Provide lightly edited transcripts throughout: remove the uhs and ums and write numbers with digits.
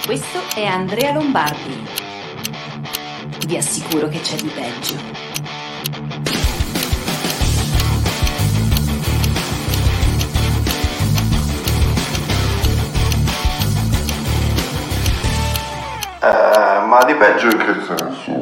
Questo è Andrea Lombardi. Vi assicuro che c'è di peggio. Ma di peggio in che senso?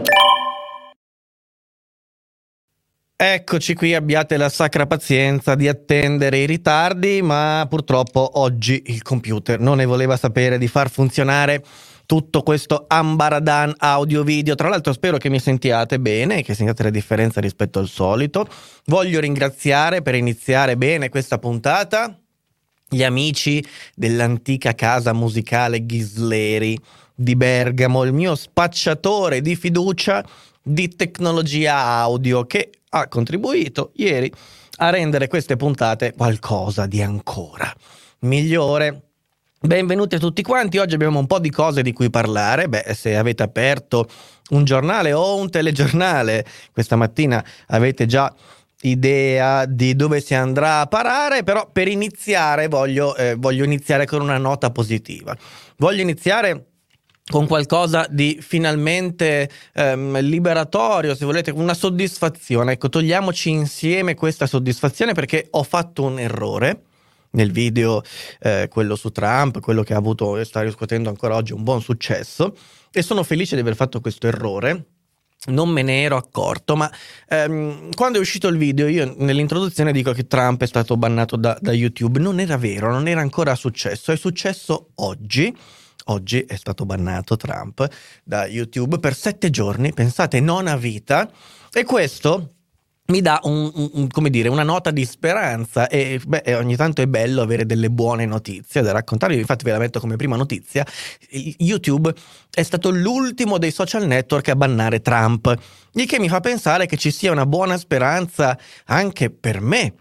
Eccoci qui, abbiate la sacra pazienza di attendere i ritardi, ma purtroppo oggi il computer non ne voleva sapere di far funzionare tutto questo ambaradan audio-video. Tra l'altro spero che mi sentiate bene, che sentiate la differenza rispetto al solito. Voglio ringraziare per iniziare bene questa puntata gli amici dell'antica casa musicale Ghisleri di Bergamo, il mio spacciatore di fiducia di tecnologia audio, che ha contribuito ieri a rendere queste puntate qualcosa di ancora migliore. Benvenuti a tutti quanti. Oggi abbiamo un po' di cose di cui parlare. Se avete aperto un giornale o un telegiornale questa mattina avete già idea di dove si andrà a parare, però per iniziare voglio iniziare con una nota positiva. Voglio iniziare con qualcosa di finalmente liberatorio, se volete, una soddisfazione. Ecco, togliamoci insieme questa soddisfazione, perché ho fatto un errore nel video, quello su Trump, quello che sta riscuotendo ancora oggi un buon successo, e sono felice di aver fatto questo errore. Non me ne ero accorto, ma quando è uscito il video io nell'introduzione dico che Trump è stato bannato da YouTube. Non era vero, non era ancora successo, è successo oggi. Oggi è stato bannato Trump da YouTube per 7 giorni, pensate, non a vita, e questo mi dà una nota di speranza e ogni tanto è bello avere delle buone notizie da raccontarvi. Infatti ve la metto come prima notizia: YouTube è stato l'ultimo dei social network a bannare Trump, il che mi fa pensare che ci sia una buona speranza anche per me.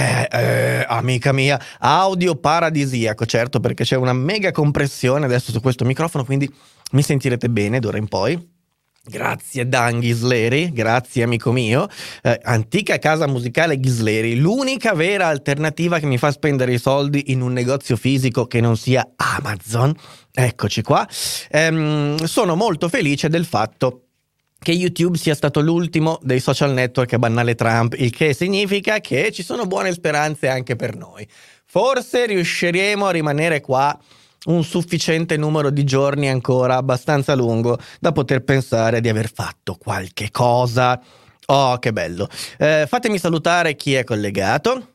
Amica mia, audio paradisiaco, certo, perché c'è una mega compressione adesso su questo microfono, quindi mi sentirete bene d'ora in poi. Grazie Dan Ghisleri, grazie amico mio. Antica casa musicale Ghisleri, l'unica vera alternativa che mi fa spendere i soldi in un negozio fisico che non sia Amazon. Eccoci qua. Sono molto felice del fatto che YouTube sia stato l'ultimo dei social network a bannare Trump, il che significa che ci sono buone speranze anche per noi. Forse riusciremo a rimanere qua un sufficiente numero di giorni ancora, abbastanza lungo, da poter pensare di aver fatto qualche cosa. Oh, che bello. Fatemi salutare chi è collegato.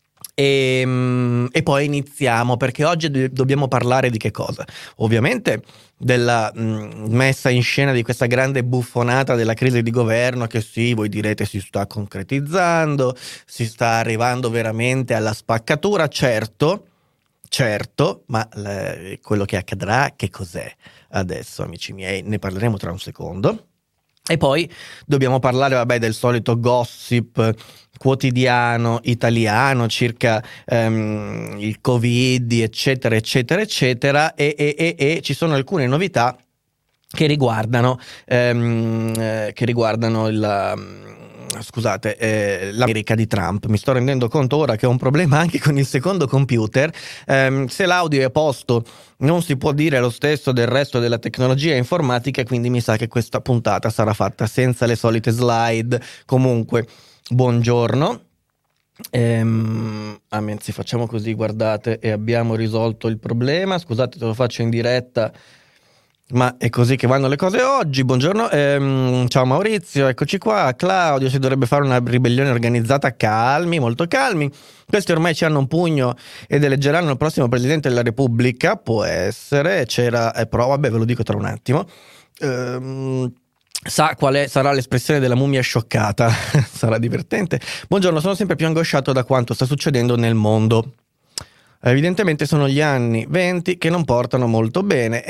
E poi iniziamo, perché oggi dobbiamo parlare di che cosa? Ovviamente della messa in scena di questa grande buffonata della crisi di governo, che sì, voi direte si sta concretizzando, si sta arrivando veramente alla spaccatura, certo, ma quello che accadrà che cos'è? Adesso, amici miei, ne parleremo tra un secondo. E poi dobbiamo parlare, del solito gossip quotidiano italiano circa il Covid, eccetera, eccetera, eccetera, e ci sono alcune novità che riguardano l'America di Trump. Mi sto rendendo conto ora che ho un problema anche con il secondo computer. Se l'audio è a posto non si può dire lo stesso del resto della tecnologia informatica, quindi mi sa che questa puntata sarà fatta senza le solite slide. Comunque, buongiorno. Anzi, facciamo così, guardate, e abbiamo risolto il problema. Scusate, te lo faccio in diretta, ma è così che vanno le cose oggi. Buongiorno, ciao Maurizio, eccoci qua. Claudio, si dovrebbe fare una ribellione organizzata. Calmi, molto calmi. Questi ormai ci hanno un pugno ed eleggeranno il prossimo presidente della Repubblica. Può essere, però ve lo dico tra un attimo. Sa quale sarà l'espressione della mummia scioccata? Sarà divertente. Buongiorno, sono sempre più angosciato da quanto sta succedendo nel mondo. Evidentemente sono gli anni 20 che non portano molto bene.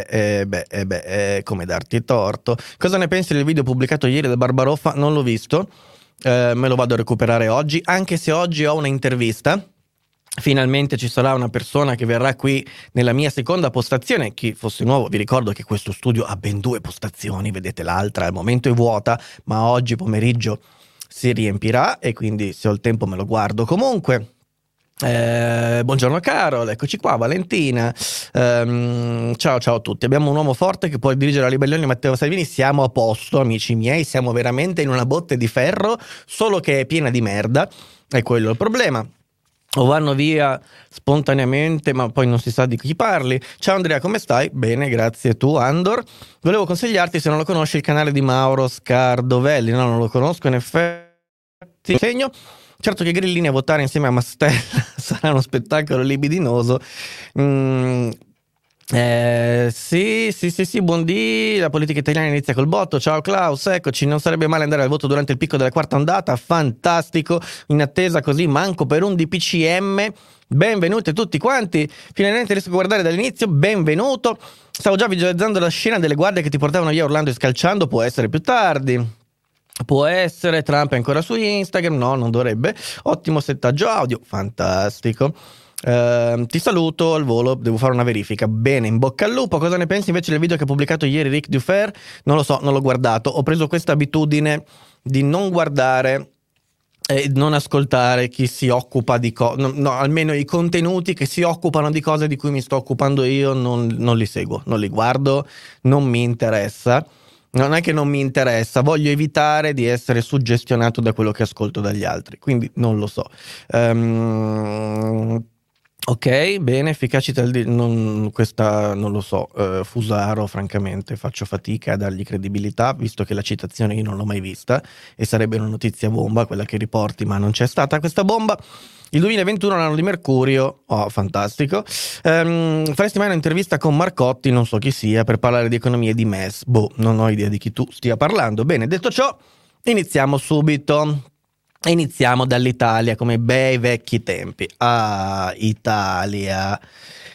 Come darti torto. Cosa ne pensi del video pubblicato ieri da Barbaroffa? Non l'ho visto, me lo vado a recuperare oggi, anche se oggi ho una intervista. Finalmente ci sarà una persona che verrà qui nella mia seconda postazione. Chi fosse nuovo, vi ricordo che questo studio ha ben 2 postazioni, vedete l'altra al momento è vuota, ma oggi pomeriggio si riempirà e quindi se ho il tempo me lo guardo. Comunque Buongiorno Carol, eccoci qua, Valentina. Ciao a tutti. Abbiamo un uomo forte che può dirigere la ribellione, Matteo Salvini. Siamo a posto, amici miei, siamo veramente in una botte di ferro, solo che è piena di merda, è quello il problema. O vanno via spontaneamente, ma poi non si sa di chi parli. Ciao Andrea, come stai? Bene, grazie. Tu, Andor? Volevo consigliarti, se non lo conosci, il canale di Mauro Scardovelli. No, non lo conosco, in effetti. Segno. Certo che grillini a votare insieme a Mastella sarà uno spettacolo libidinoso. Sì, buondì. La politica italiana inizia col botto. Ciao Klaus, eccoci. Non sarebbe male andare al voto durante il picco della quarta ondata. Fantastico. In attesa così manco per un DPCM. Benvenuti tutti quanti. Finalmente riesco a guardare dall'inizio. Benvenuto. Stavo già visualizzando la scena delle guardie che ti portavano via urlando e scalciando. Può essere più tardi. Può essere. Trump è ancora su Instagram. No, non dovrebbe. Ottimo settaggio audio. Fantastico. Ti saluto al volo, devo fare una verifica. Bene, in bocca al lupo. Cosa ne pensi invece del video che ha pubblicato ieri Rick Dufer? Non lo so, non l'ho guardato. Ho preso questa abitudine di non guardare e non ascoltare chi si occupa di cose, no, almeno i contenuti che si occupano di cose di cui mi sto occupando io non li seguo, non li guardo, non mi interessa. Non è che non mi interessa, voglio evitare di essere suggestionato da quello che ascolto dagli altri, quindi non lo so. Ok, bene, efficacità questa non lo so, Fusaro francamente faccio fatica a dargli credibilità, visto che la citazione io non l'ho mai vista e sarebbe una notizia bomba quella che riporti, ma non c'è stata questa bomba. Il 2021 è l'anno di Mercurio, fantastico. Faresti mai un'intervista con Marcotti, non so chi sia, per parlare di economia e di MES? Non ho idea di chi tu stia parlando. Bene, detto ciò, iniziamo subito. Iniziamo dall'Italia, come bei vecchi tempi. Italia,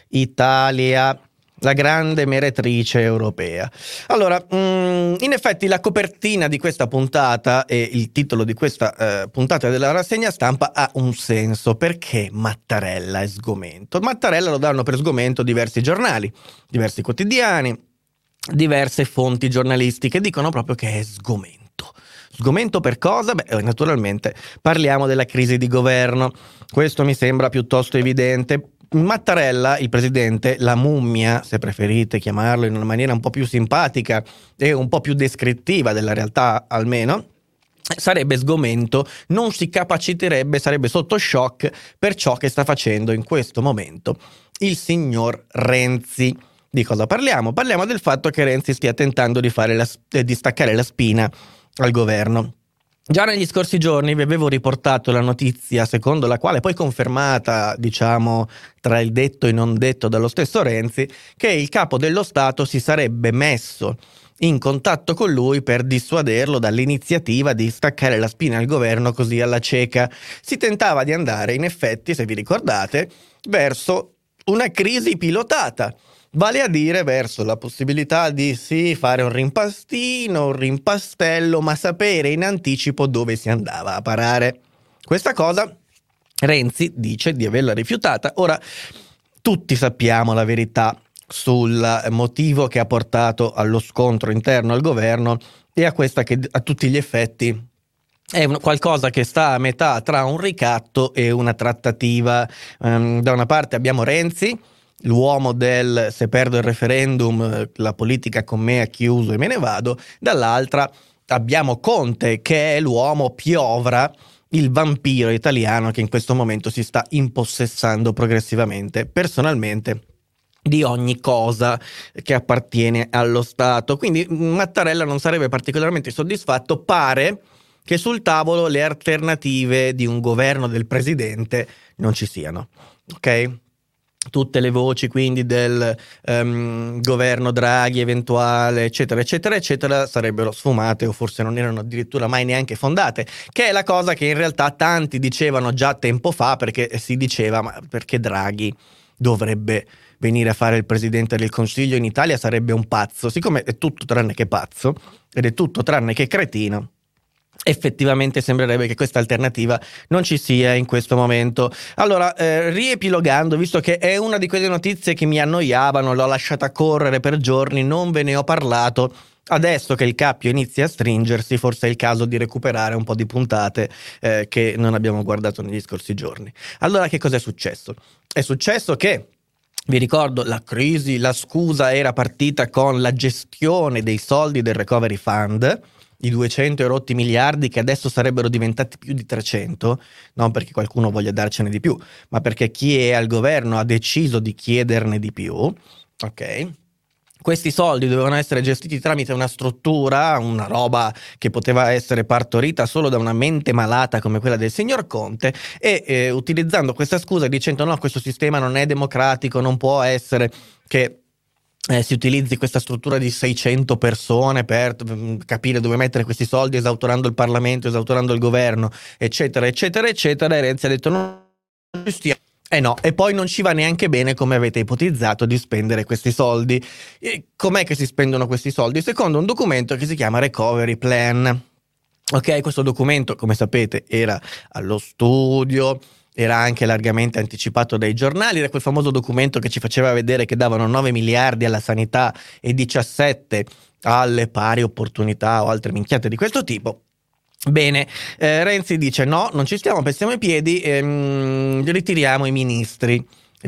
la grande meretrice europea. Allora, in effetti la copertina di questa puntata e il titolo di questa puntata della rassegna stampa ha un senso, perché Mattarella è sgomento. Mattarella lo danno per sgomento diversi giornali, diversi quotidiani, diverse fonti giornalistiche dicono proprio che è sgomento. Sgomento per cosa? Naturalmente parliamo della crisi di governo. Questo mi sembra piuttosto evidente. Mattarella, il presidente, la mummia, se preferite chiamarlo in una maniera un po' più simpatica e un po' più descrittiva della realtà almeno, sarebbe sgomento, non si capaciterebbe, sarebbe sotto shock per ciò che sta facendo in questo momento il signor Renzi. Di cosa parliamo? Parliamo del fatto che Renzi stia tentando di staccare la spina al governo. Già negli scorsi giorni vi avevo riportato la notizia secondo la quale, poi confermata, diciamo, tra il detto e non detto dallo stesso Renzi, che il capo dello Stato si sarebbe messo in contatto con lui per dissuaderlo dall'iniziativa di staccare la spina al governo così alla cieca. Si tentava di andare, in effetti, se vi ricordate, verso una crisi pilotata. Vale a dire verso la possibilità di fare un rimpastino, un rimpastello, ma sapere in anticipo dove si andava a parare. Questa cosa Renzi dice di averla rifiutata. Ora, tutti sappiamo la verità sul motivo che ha portato allo scontro interno al governo e a questa che a tutti gli effetti è qualcosa che sta a metà tra un ricatto e una trattativa. Da una parte abbiamo Renzi, l'uomo del se perdo il referendum la politica con me ha chiuso e me ne vado, dall'altra abbiamo Conte che è l'uomo piovra, il vampiro italiano che in questo momento si sta impossessando progressivamente, personalmente, di ogni cosa che appartiene allo Stato. Quindi Mattarella non sarebbe particolarmente soddisfatto, pare che sul tavolo le alternative di un governo del presidente non ci siano, ok? Tutte le voci quindi del governo Draghi eventuale eccetera eccetera eccetera sarebbero sfumate o forse non erano addirittura mai neanche fondate, che è la cosa che in realtà tanti dicevano già tempo fa, perché si diceva ma perché Draghi dovrebbe venire a fare il presidente del Consiglio in Italia, sarebbe un pazzo. Siccome è tutto tranne che pazzo ed è tutto tranne che cretino, effettivamente sembrerebbe che questa alternativa non ci sia in questo momento. Allora, riepilogando, visto che è una di quelle notizie che mi annoiavano, l'ho lasciata correre per giorni, non ve ne ho parlato, Adesso che il cappio inizia a stringersi, forse è il caso di recuperare un po' di puntate che non abbiamo guardato negli scorsi giorni. Allora, che cosa è successo? È successo che, vi ricordo, la crisi, la scusa era partita con la gestione dei soldi del Recovery Fund, i 200 e rotti miliardi che adesso sarebbero diventati più di 300, non perché qualcuno voglia darcene di più, ma perché chi è al governo ha deciso di chiederne di più, ok? Questi soldi dovevano essere gestiti tramite una struttura, una roba che poteva essere partorita solo da una mente malata come quella del signor Conte e utilizzando questa scusa dicendo no, questo sistema non è democratico, non può essere che si utilizzi questa struttura di 600 persone per capire dove mettere questi soldi, esautorando il Parlamento, esautorando il governo, eccetera, eccetera, eccetera, e Renzi ha detto no, no, e poi non ci va neanche bene come avete ipotizzato di spendere questi soldi. E com'è che si spendono questi soldi? Secondo un documento che si chiama Recovery Plan. Ok, questo documento, come sapete, era allo studio, era anche largamente anticipato dai giornali, era quel famoso documento che ci faceva vedere che davano 9 miliardi alla sanità e 17 alle pari opportunità o altre minchiate di questo tipo. Bene, Renzi dice no, non ci stiamo, pestiamo i piedi, ritiriamo i ministri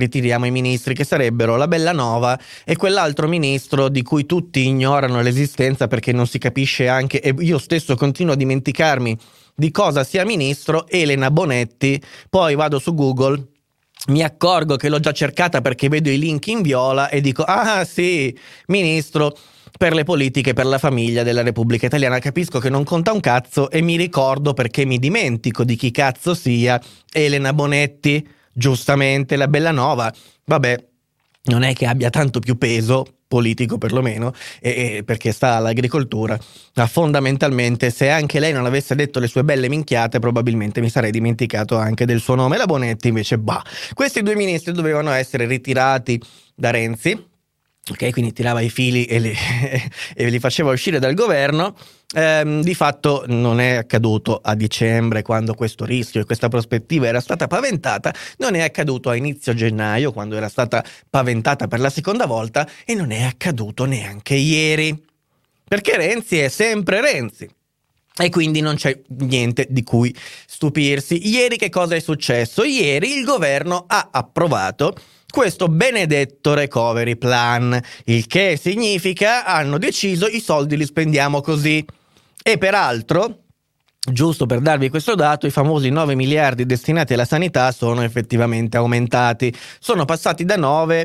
che sarebbero la Bellanova e quell'altro ministro di cui tutti ignorano l'esistenza perché non si capisce anche, e io stesso continuo a dimenticarmi di cosa sia ministro, Elena Bonetti. Poi vado su Google, mi accorgo che l'ho già cercata perché vedo i link in viola e dico ah sì, ministro per le politiche per la famiglia della Repubblica Italiana. Capisco che non conta un cazzo e mi ricordo perché mi dimentico di chi cazzo sia Elena Bonetti. Giustamente la Bellanova, vabbè, non è che abbia tanto più peso politico perlomeno, perché sta all'agricoltura, ma fondamentalmente se anche lei non avesse detto le sue belle minchiate probabilmente mi sarei dimenticato anche del suo nome. La Bonetti invece, questi due ministri dovevano essere ritirati da Renzi. Ok, quindi tirava i fili e li faceva uscire dal governo. Di fatto non è accaduto a dicembre, quando questo rischio e questa prospettiva era stata paventata, non è accaduto a inizio gennaio, quando era stata paventata per la seconda volta, e non è accaduto neanche ieri, perché Renzi è sempre Renzi. E quindi non c'è niente di cui stupirsi. Ieri che cosa è successo? Ieri il governo ha approvato questo benedetto Recovery Plan, il che significa hanno deciso i soldi li spendiamo così. E peraltro, giusto per darvi questo dato, i famosi 9 miliardi destinati alla sanità sono effettivamente aumentati. Sono passati da 9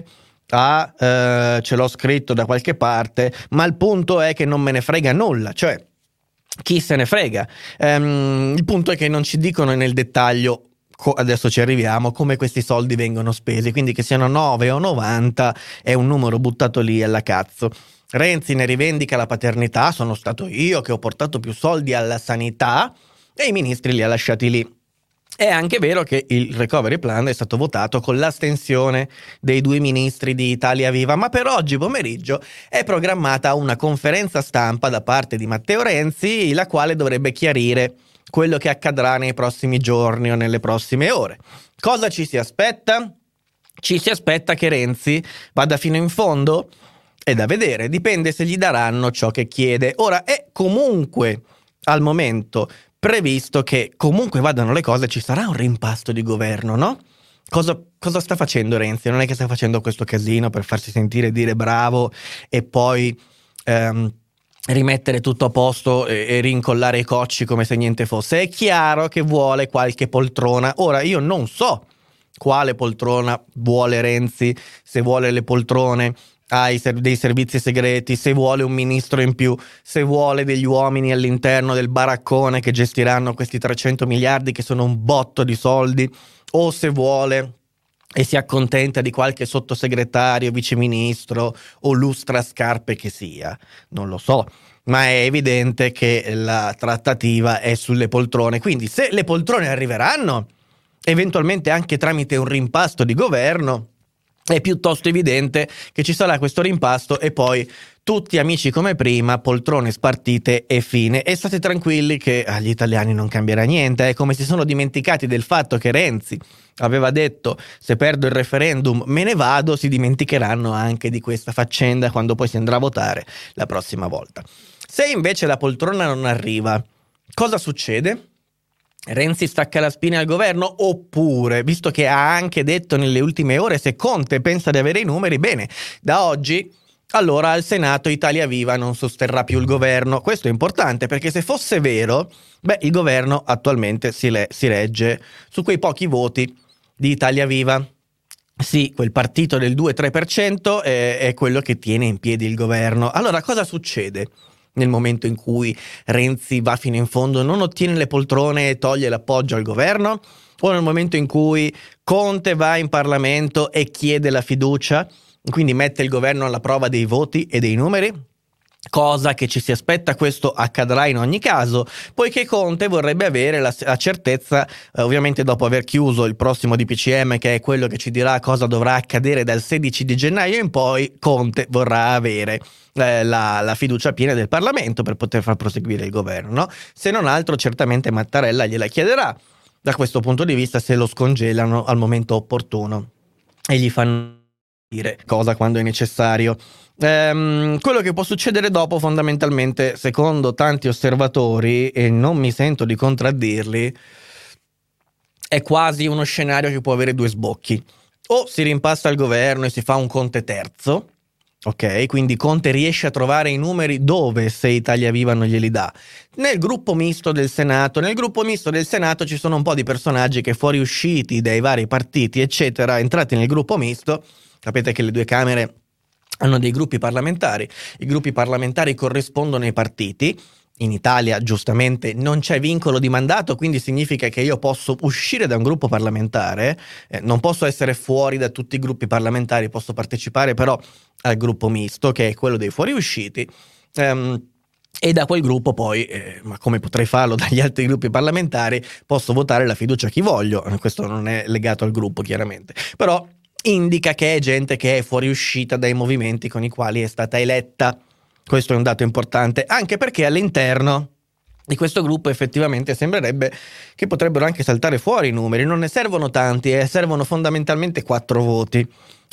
a, ce l'ho scritto da qualche parte, ma il punto è che non me ne frega nulla, cioè chi se ne frega. Il punto è che non ci dicono nel dettaglio, adesso ci arriviamo, come questi soldi vengono spesi, quindi che siano 9 o 90 è un numero buttato lì alla cazzo. Renzi ne rivendica la paternità, sono stato io che ho portato più soldi alla sanità, e i ministri li ha lasciati lì. È anche vero che il Recovery Plan è stato votato con l'astensione dei due ministri di Italia Viva, ma per oggi pomeriggio è programmata una conferenza stampa da parte di Matteo Renzi, la quale dovrebbe chiarire quello che accadrà nei prossimi giorni o nelle prossime ore. Cosa ci si aspetta? Ci si aspetta che Renzi vada fino in fondo? È da vedere, dipende se gli daranno ciò che chiede. Ora, è comunque al momento previsto che comunque vadano le cose, ci sarà un rimpasto di governo, no? Cosa sta facendo Renzi? Non è che sta facendo questo casino per farsi sentire, dire bravo e poi rimettere tutto a posto e rincollare i cocci come se niente fosse. È chiaro che vuole qualche poltrona. Ora, io non so quale poltrona vuole Renzi, se vuole le poltrone dei servizi segreti, se vuole un ministro in più, se vuole degli uomini all'interno del baraccone che gestiranno questi 300 miliardi che sono un botto di soldi, o se vuole e si accontenta di qualche sottosegretario, viceministro o lustrascarpe che sia. Non lo so, ma è evidente che la trattativa è sulle poltrone. Quindi se le poltrone arriveranno, eventualmente anche tramite un rimpasto di governo, è piuttosto evidente che ci sarà questo rimpasto e poi tutti amici come prima, poltrone spartite e fine. E state tranquilli che agli italiani non cambierà niente. È come si sono dimenticati del fatto che Renzi aveva detto: se perdo il referendum me ne vado, si dimenticheranno anche di questa faccenda quando poi si andrà a votare la prossima volta. Se invece la poltrona non arriva, cosa succede? Renzi stacca la spina al governo, oppure, visto che ha anche detto nelle ultime ore se Conte pensa di avere i numeri, bene, da oggi allora al Senato Italia Viva non sosterrà più il governo. Questo è importante perché se fosse vero, il governo attualmente si regge su quei pochi voti di Italia Viva. Sì, quel partito del 2-3% è quello che tiene in piedi il governo. Allora cosa succede nel momento in cui Renzi va fino in fondo, non ottiene le poltrone e toglie l'appoggio al governo? O nel momento in cui Conte va in Parlamento e chiede la fiducia, quindi mette il governo alla prova dei voti e dei numeri? Cosa che ci si aspetta, questo accadrà in ogni caso, poiché Conte vorrebbe avere la certezza, ovviamente dopo aver chiuso il prossimo DPCM, che è quello che ci dirà cosa dovrà accadere dal 16 di gennaio in poi, Conte vorrà avere la fiducia piena del Parlamento per poter far proseguire il governo, no? Se non altro certamente Mattarella gliela chiederà. Da questo punto di vista se lo scongelano al momento opportuno e gli fanno dire cosa quando è necessario. Quello che può succedere dopo, fondamentalmente, secondo tanti osservatori, e non mi sento di contraddirli, è quasi uno scenario che può avere due sbocchi. O si rimpasta il governo e si fa un Conte terzo, ok? Quindi Conte riesce a trovare i numeri dove, se Italia Viva non glieli dà? Nel gruppo misto del Senato. Nel gruppo misto del Senato ci sono un po' di personaggi che, fuoriusciti dai vari partiti, eccetera, entrati nel gruppo misto. Sapete che le due Camere hanno dei gruppi parlamentari, i gruppi parlamentari corrispondono ai partiti. In Italia giustamente non c'è vincolo di mandato, quindi significa che io posso uscire da un gruppo parlamentare, non posso essere fuori da tutti i gruppi parlamentari, posso partecipare però al gruppo misto, che è quello dei fuoriusciti, e da quel gruppo poi, ma come potrei farlo dagli altri gruppi parlamentari, posso votare la fiducia a chi voglio. Questo non è legato al gruppo chiaramente, però indica che è gente che è fuoriuscita dai movimenti con i quali è stata eletta. Questo è un dato importante, anche perché all'interno di questo gruppo effettivamente sembrerebbe che potrebbero anche saltare fuori i numeri. Non ne servono tanti, servono fondamentalmente 4 voti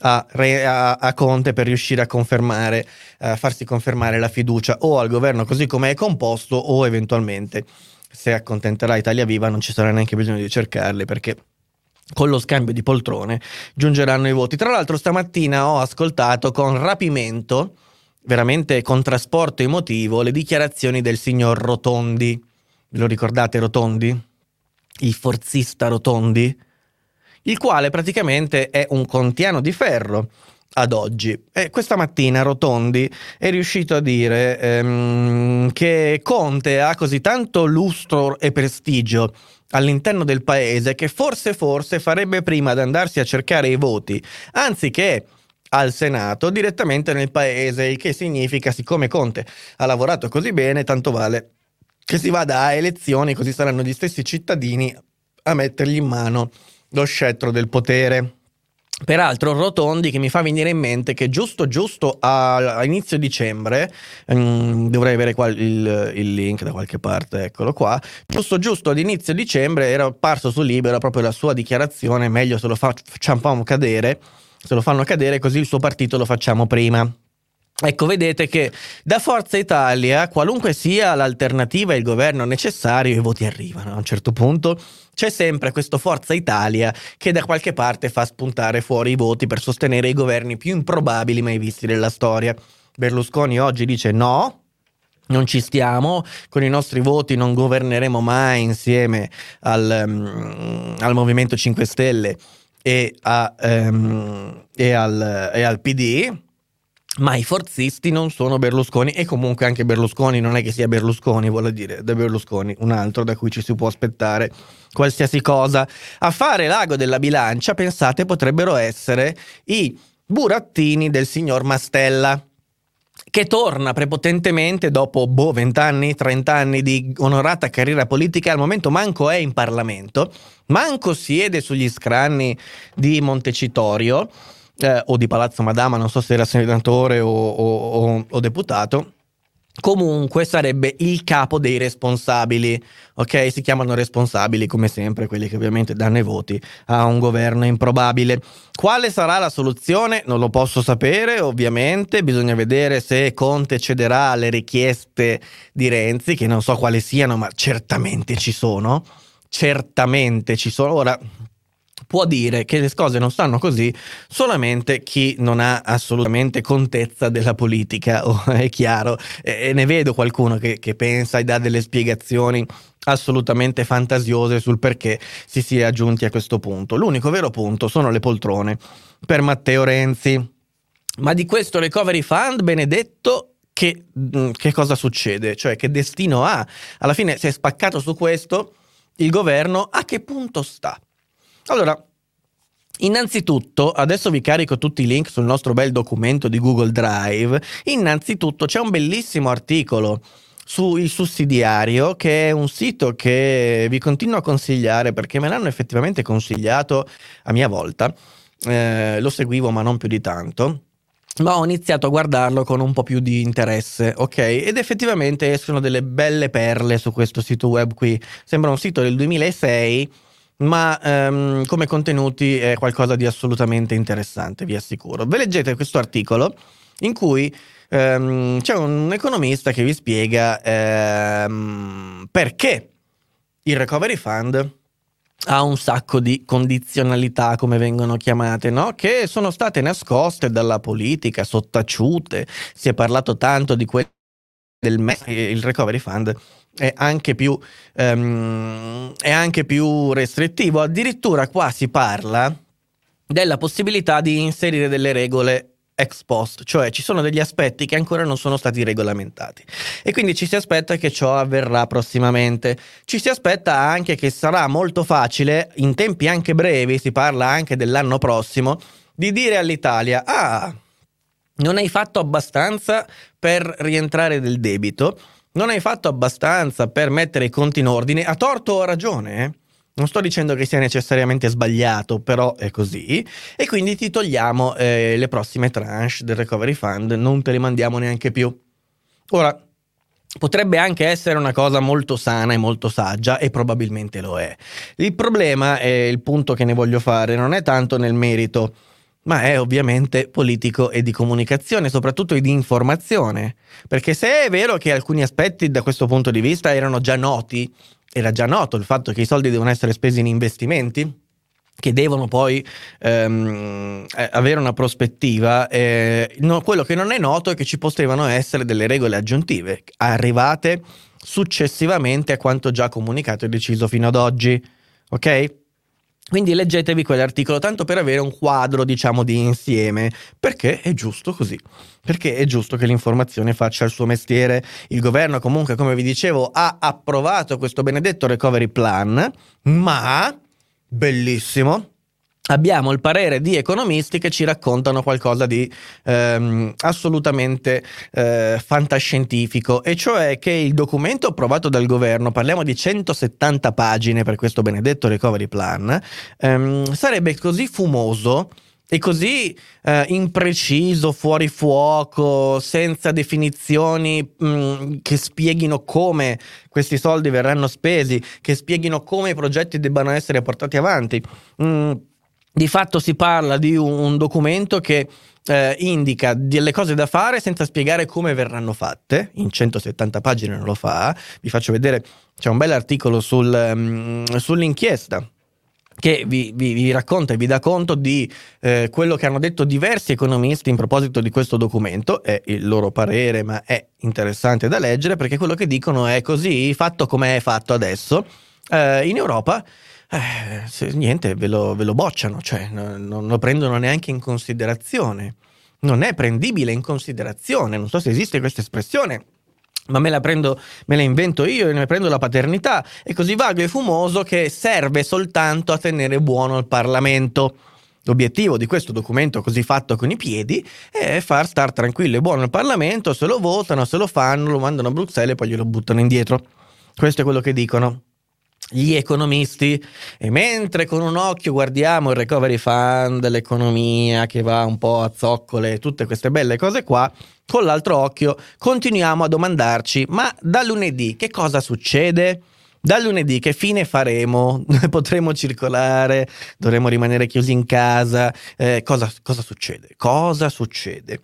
a Conte per riuscire a confermare, farsi confermare la fiducia o al governo così come è composto, o eventualmente, se accontenterà Italia Viva, non ci sarà neanche bisogno di cercarli, perché con lo scambio di poltrone giungeranno i voti. Tra l'altro stamattina ho ascoltato con rapimento, veramente con trasporto emotivo, le dichiarazioni del signor Rotondi. Ve lo ricordate Rotondi? Il forzista Rotondi? Il quale praticamente è un contiano di ferro ad oggi. E questa mattina Rotondi è riuscito a dire che Conte ha così tanto lustro e prestigio all'interno del paese che forse farebbe prima ad andarsi a cercare i voti anziché al Senato direttamente nel paese, il che significa, siccome Conte ha lavorato così bene, tanto vale che si vada a elezioni, così saranno gli stessi cittadini a mettergli in mano lo scettro del potere. Peraltro Rotondi, che mi fa venire in mente che giusto a inizio dicembre, dovrei avere qua il link da qualche parte, eccolo qua, giusto ad inizio dicembre era apparso su Libero proprio la sua dichiarazione: meglio se lo fanno cadere così il suo partito lo facciamo prima. Ecco, vedete che da Forza Italia, qualunque sia l'alternativa e il governo necessario, i voti arrivano. A un certo punto c'è sempre questo Forza Italia che da qualche parte fa spuntare fuori i voti per sostenere i governi più improbabili mai visti nella storia. Berlusconi oggi dice no, non ci stiamo, con i nostri voti non governeremo mai insieme al Movimento 5 Stelle e al PD. Ma i forzisti non sono Berlusconi, e comunque anche Berlusconi non è che sia Berlusconi, vuol dire da Berlusconi un altro da cui ci si può aspettare qualsiasi cosa. A fare l'ago della bilancia, pensate, potrebbero essere i burattini del signor Mastella, che torna prepotentemente dopo 20 anni, 30 anni di onorata carriera politica. Al momento manco è in Parlamento, manco siede sugli scranni di Montecitorio. o di Palazzo Madama, non so se era senatore o deputato. Comunque sarebbe il capo dei responsabili, ok? Si chiamano responsabili come sempre, quelli che ovviamente danno i voti a un governo improbabile. Quale sarà la soluzione? Non lo posso sapere, ovviamente, bisogna vedere se Conte cederà alle richieste di Renzi, che non so quali siano, ma certamente ci sono. Ora, può dire che le cose non stanno così solamente chi non ha assolutamente contezza della politica, è chiaro, e ne vedo qualcuno che pensa e dà delle spiegazioni assolutamente fantasiose sul perché si sia giunti a questo punto. L'unico vero punto sono le poltrone per Matteo Renzi. Ma di questo Recovery Fund, Benedetto, che cosa succede? Cioè, che destino ha? Alla fine si è spaccato su questo il governo, a che punto sta? Allora, innanzitutto, adesso vi carico tutti i link sul nostro bel documento di Google Drive. Innanzitutto c'è un bellissimo articolo su Il Sussidiario, che è un sito che vi continuo a consigliare perché me l'hanno effettivamente consigliato a mia volta. Lo seguivo ma non più di tanto, ma ho iniziato a guardarlo con un po' più di interesse, ok? Ed effettivamente escono delle belle perle su questo sito web qui. Sembra un sito del 2006, ma come contenuti è qualcosa di assolutamente interessante, vi assicuro. Ve leggete questo articolo in cui c'è un economista che vi spiega perché il Recovery Fund ha un sacco di condizionalità, come vengono chiamate, no? Che sono state nascoste dalla politica, sottaciute. Si è parlato tanto di il Recovery Fund è anche più restrittivo. Addirittura qua si parla della possibilità di inserire delle regole ex post, cioè ci sono degli aspetti che ancora non sono stati regolamentati e quindi ci si aspetta che ciò avverrà prossimamente. Ci si aspetta anche che sarà molto facile, in tempi anche brevi, si parla anche dell'anno prossimo, di dire all'Italia: ah, non hai fatto abbastanza per rientrare del debito, non hai fatto abbastanza per mettere i conti in ordine, a torto o a ragione, Non sto dicendo che sia necessariamente sbagliato, però è così, e quindi ti togliamo le prossime tranche del Recovery Fund, non te le mandiamo neanche più. Ora, potrebbe anche essere una cosa molto sana e molto saggia, e probabilmente lo è. Il problema, e il punto che ne voglio fare, non è tanto nel merito, ma è ovviamente politico e di comunicazione, soprattutto di informazione. Perché se è vero che alcuni aspetti da questo punto di vista erano già noti, era già noto il fatto che i soldi devono essere spesi in investimenti, che devono poi avere una prospettiva, quello che non è noto è che ci potevano essere delle regole aggiuntive, arrivate successivamente a quanto già comunicato e deciso fino ad oggi, ok? Quindi leggetevi quell'articolo tanto per avere un quadro, diciamo, di insieme, perché è giusto così, perché è giusto che l'informazione faccia il suo mestiere. Il governo comunque, come vi dicevo, ha approvato questo benedetto recovery plan, ma, bellissimo, abbiamo il parere di economisti che ci raccontano qualcosa di assolutamente fantascientifico, e cioè che il documento approvato dal governo, parliamo di 170 pagine per questo benedetto recovery plan, sarebbe così fumoso e così impreciso, fuori fuoco, senza definizioni che spieghino come questi soldi verranno spesi, che spieghino come i progetti debbano essere portati avanti. Di fatto si parla di un documento che indica delle cose da fare senza spiegare come verranno fatte. In 170 pagine non lo fa. Vi faccio vedere, c'è un bel articolo sull'inchiesta che vi racconta e vi dà conto di quello che hanno detto diversi economisti in proposito di questo documento. È il loro parere, ma è interessante da leggere, perché quello che dicono è così, fatto come è fatto adesso, in Europa niente, ve lo bocciano, cioè non lo prendono neanche in considerazione. Non è prendibile in considerazione, non so se esiste questa espressione, ma me la invento io e ne prendo la paternità. È così vago e fumoso che serve soltanto a tenere buono il Parlamento. L'obiettivo di questo documento così fatto con i piedi è far star tranquillo e buono il Parlamento. Se lo votano, se lo fanno, lo mandano a Bruxelles e poi glielo buttano indietro. Questo è quello che dicono. gli economisti, e mentre con un occhio guardiamo il recovery fund, l'economia che va un po' a zoccole, tutte queste belle cose qua, con l'altro occhio continuiamo a domandarci: ma da lunedì che cosa succede? Da lunedì che fine faremo? Potremo circolare? Dovremo rimanere chiusi in casa? Cosa succede? Cosa succede?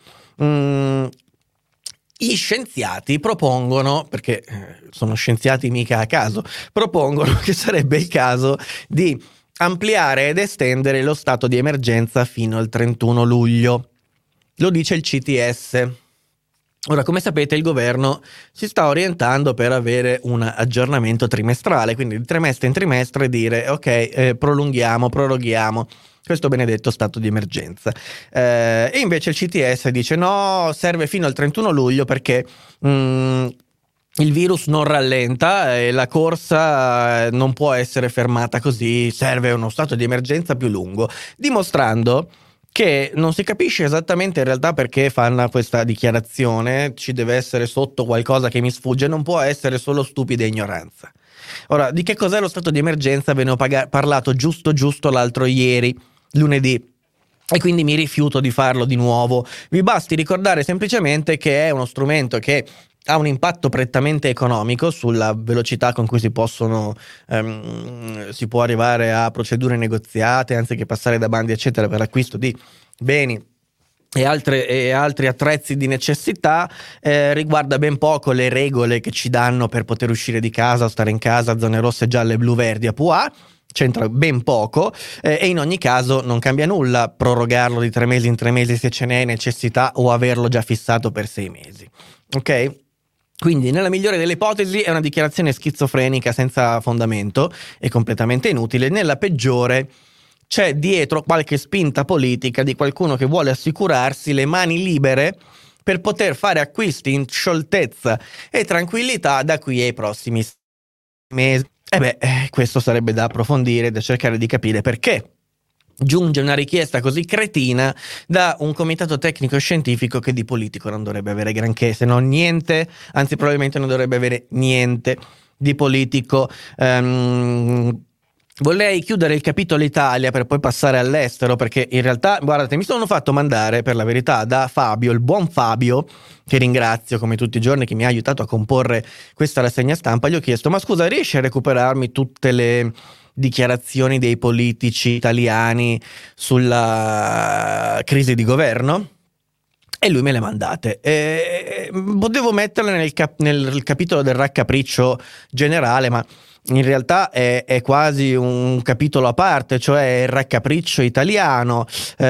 Gli scienziati propongono, perché sono scienziati mica a caso, propongono che sarebbe il caso di ampliare ed estendere lo stato di emergenza fino al 31 luglio. Lo dice il CTS. Ora, come sapete, il governo si sta orientando per avere un aggiornamento trimestrale, quindi di trimestre in trimestre dire ok, proroghiamo questo benedetto stato di emergenza. E invece il CTS dice no, serve fino al 31 luglio perché il virus non rallenta e la corsa non può essere fermata così, serve uno stato di emergenza più lungo, dimostrando che non si capisce esattamente in realtà perché fanno questa dichiarazione. Ci deve essere sotto qualcosa che mi sfugge, non può essere solo stupida ignoranza. Ora, di che cos'è lo stato di emergenza ve ne ho parlato giusto l'altro ieri, lunedì, e quindi mi rifiuto di farlo di nuovo. Vi basti ricordare semplicemente che è uno strumento che ha un impatto prettamente economico sulla velocità con cui si può arrivare a procedure negoziate, anziché passare da bandi eccetera per l'acquisto di beni e altri attrezzi di necessità. Riguarda ben poco le regole che ci danno per poter uscire di casa o stare in casa, zone rosse, gialle, blu, verdi, APUA. C'entra ben poco, e in ogni caso non cambia nulla prorogarlo di 3 mesi in 3 mesi se ce n'è necessità o averlo già fissato per 6 mesi. Ok? Quindi nella migliore delle ipotesi è una dichiarazione schizofrenica senza fondamento e completamente inutile. Nella peggiore c'è dietro qualche spinta politica di qualcuno che vuole assicurarsi le mani libere per poter fare acquisti in scioltezza e tranquillità da qui ai prossimi mesi. Questo sarebbe da approfondire, da cercare di capire perché giunge una richiesta così cretina da un comitato tecnico scientifico che di politico non dovrebbe avere granché, se non niente, anzi probabilmente non dovrebbe avere niente di politico. Vorrei chiudere il capitolo Italia per poi passare all'estero, perché in realtà, guardate, mi sono fatto mandare per la verità da Fabio, il buon Fabio, che ringrazio come tutti i giorni, che mi ha aiutato a comporre questa rassegna stampa. Gli ho chiesto: ma scusa, riesci a recuperarmi tutte le dichiarazioni dei politici italiani sulla crisi di governo? E lui me le ha mandate. Potevo metterle nel capitolo del raccapriccio generale, ma in realtà è quasi un capitolo a parte, cioè il raccapriccio italiano.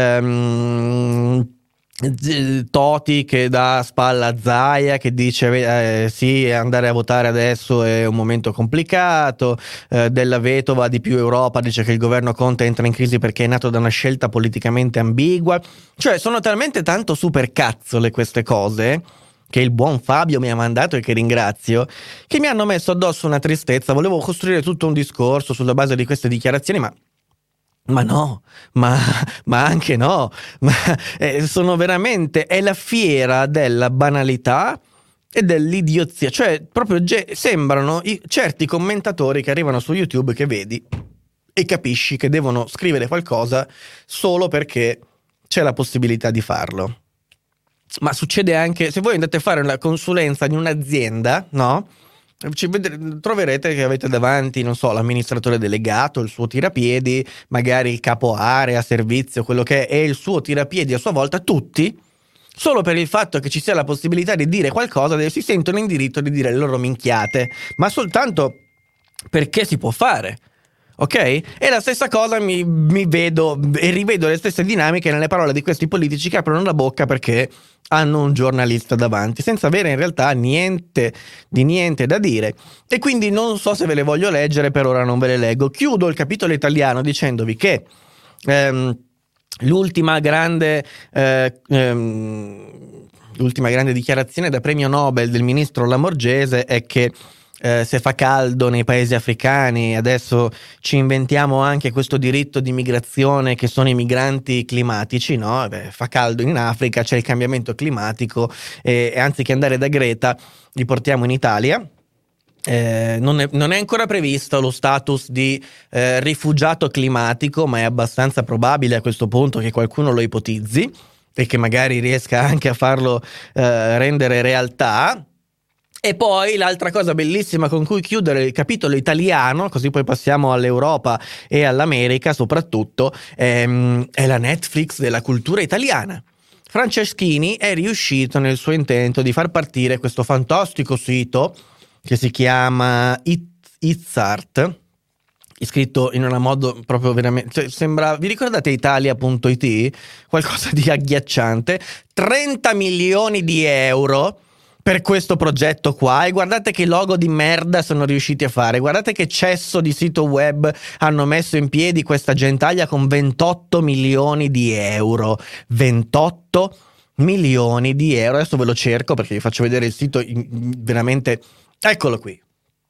Toti che dà spalla a Zaia, che dice sì, andare a votare adesso è un momento complicato. Della Vedova di Più Europa dice che il governo Conte entra in crisi perché è nato da una scelta politicamente ambigua. Cioè sono talmente tanto supercazzole queste cose che il buon Fabio mi ha mandato e che ringrazio, che mi hanno messo addosso una tristezza. Volevo costruire tutto un discorso sulla base di queste dichiarazioni, ma no, ma anche no, sono veramente, è la fiera della banalità e dell'idiozia. Cioè proprio sembrano certi commentatori che arrivano su YouTube, che vedi e capisci che devono scrivere qualcosa solo perché c'è la possibilità di farlo. Ma succede anche se voi andate a fare una consulenza in un'azienda, no? Troverete che avete davanti, non so, l'amministratore delegato, il suo tirapiedi, magari il capo area, servizio, quello che è, e il suo tirapiedi a sua volta, tutti, solo per il fatto che ci sia la possibilità di dire qualcosa, si sentono in diritto di dire le loro minchiate, ma soltanto perché si può fare. Ok? E la stessa cosa mi vedo e rivedo le stesse dinamiche nelle parole di questi politici che aprono la bocca perché hanno un giornalista davanti, senza avere in realtà niente da dire. E quindi non so se ve le voglio leggere, per ora non ve le leggo. Chiudo il capitolo italiano dicendovi che l'ultima grande dichiarazione da premio Nobel del ministro Lamorgese è che se fa caldo nei paesi africani, adesso ci inventiamo anche questo diritto di migrazione che sono i migranti climatici, no? Fa caldo in Africa, c'è il cambiamento climatico, e anziché andare da Greta li portiamo in Italia. Non è ancora previsto lo status di rifugiato climatico, ma è abbastanza probabile a questo punto che qualcuno lo ipotizzi e che magari riesca anche a farlo rendere realtà. E poi l'altra cosa bellissima con cui chiudere il capitolo italiano, così poi passiamo all'Europa e all'America soprattutto, è la Netflix della cultura italiana. Franceschini è riuscito nel suo intento di far partire questo fantastico sito che si chiama Itzart, scritto in un modo proprio veramente, cioè, sembra, vi ricordate Italia.it? Qualcosa di agghiacciante. 30 milioni di euro per questo progetto qua, e guardate che logo di merda sono riusciti a fare, guardate che cesso di sito web hanno messo in piedi questa gentaglia con 28 milioni di euro. 28 milioni di euro. Adesso ve lo cerco perché vi faccio vedere il sito veramente. Eccolo qui.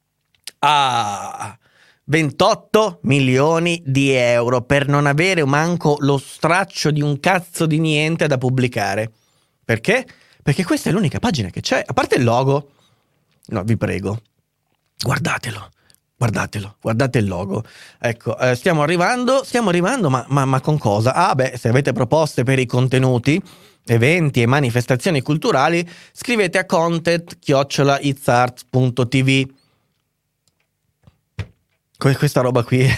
28 milioni di euro per non avere manco lo straccio di un cazzo di niente da pubblicare. Perché? Perché questa è l'unica pagina che c'è, a parte il logo. No, vi prego, guardatelo, guardate il logo. Ecco, stiamo arrivando, ma con cosa? Ah beh, se avete proposte per i contenuti, eventi e manifestazioni culturali, scrivete a content@itzart.tv. Questa roba qui.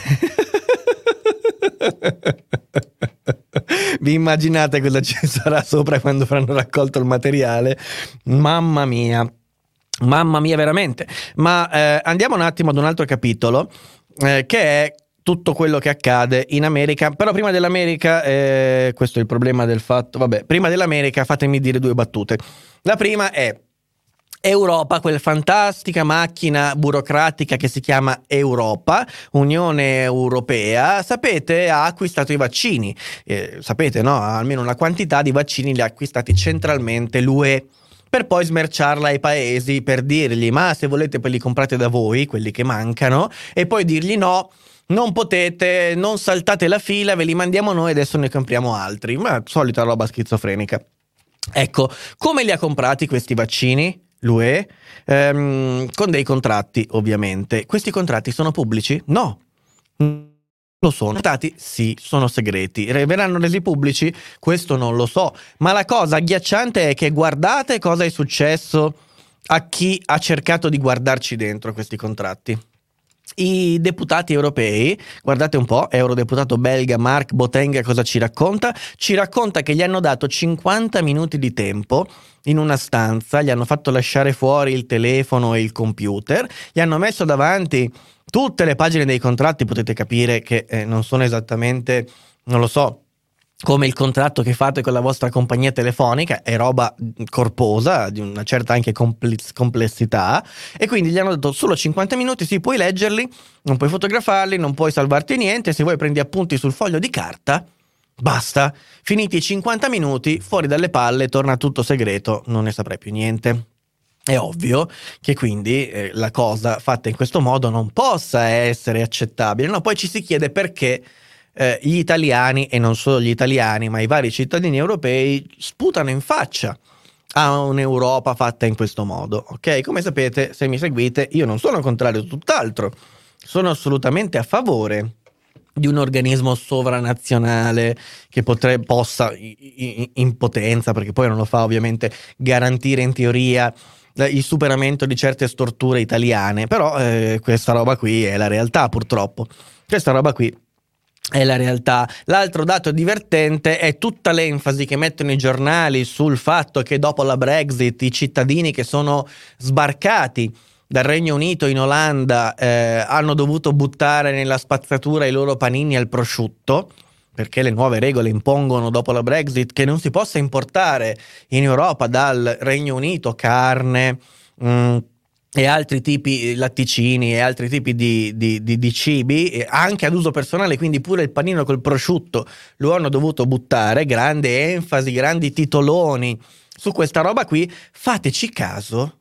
Vi immaginate cosa ci sarà sopra quando avranno raccolto il materiale? Mamma mia veramente. Ma andiamo un attimo ad un altro capitolo che è tutto quello che accade in America. Però prima dell'America, questo è il problema del fatto, vabbè, prima dell'America fatemi dire due battute. La prima è Europa, quella fantastica macchina burocratica che si chiama Europa, Unione Europea, sapete, ha acquistato i vaccini. Sapete, no? Almeno una quantità di vaccini li ha acquistati centralmente l'UE, per poi smerciarla ai paesi, per dirgli: ma se volete poi li comprate da voi, quelli che mancano, e poi dirgli: no, non potete, non saltate la fila, ve li mandiamo noi, adesso ne compriamo altri. Ma solita roba schizofrenica. Ecco, come li ha comprati questi vaccini l'UE? Con dei contratti, ovviamente. Questi contratti sono pubblici? No, lo sono. I contratti sì, sono segreti. Verranno resi pubblici? Questo non lo so. Ma la cosa agghiacciante è che guardate cosa è successo a chi ha cercato di guardarci dentro questi contratti. I deputati europei, guardate un po', eurodeputato belga Mark Botenga cosa ci racconta? Ci racconta che gli hanno dato 50 minuti di tempo in una stanza, gli hanno fatto lasciare fuori il telefono e il computer, gli hanno messo davanti tutte le pagine dei contratti. Potete capire che non sono esattamente, non lo so, come il contratto che fate con la vostra compagnia telefonica, è roba corposa, di una certa anche complessità, e quindi gli hanno dato solo 50 minuti, sì, puoi leggerli, non puoi fotografarli, non puoi salvarti niente, se vuoi prendi appunti sul foglio di carta, basta, finiti i 50 minuti, fuori dalle palle, torna tutto segreto, non ne saprai più niente. È ovvio che quindi la cosa fatta in questo modo non possa essere accettabile, no? Poi ci si chiede perché gli italiani, e non solo gli italiani, ma i vari cittadini europei sputano in faccia a un'Europa fatta in questo modo, ok? Come sapete, se mi seguite, io non sono contrario, tutt'altro, sono assolutamente a favore di un organismo sovranazionale che possa in potenza, perché poi non lo fa ovviamente, garantire in teoria il superamento di certe storture italiane. Però questa roba qui è la realtà, purtroppo. Questa roba qui è la realtà. L'altro dato divertente è tutta l'enfasi che mettono i giornali sul fatto che dopo la Brexit i cittadini che sono sbarcati dal Regno Unito in Olanda hanno dovuto buttare nella spazzatura i loro panini al prosciutto, perché le nuove regole impongono dopo la Brexit che non si possa importare in Europa dal Regno Unito carne e altri tipi, latticini e altri tipi di cibi, anche ad uso personale, quindi pure il panino col prosciutto lo hanno dovuto buttare. Grande enfasi, grandi titoloni su questa roba qui. Fateci caso,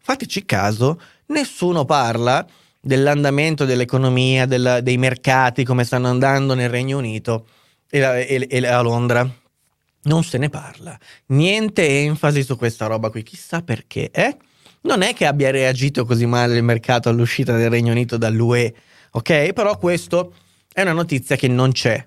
nessuno parla dell'andamento dell'economia, dei mercati, come stanno andando nel Regno Unito e a Londra. Non se ne parla, niente enfasi su questa roba qui, chissà perché, non è che abbia reagito così male il mercato all'uscita del Regno Unito dall'UE, ok? Però questo è una notizia che non c'è.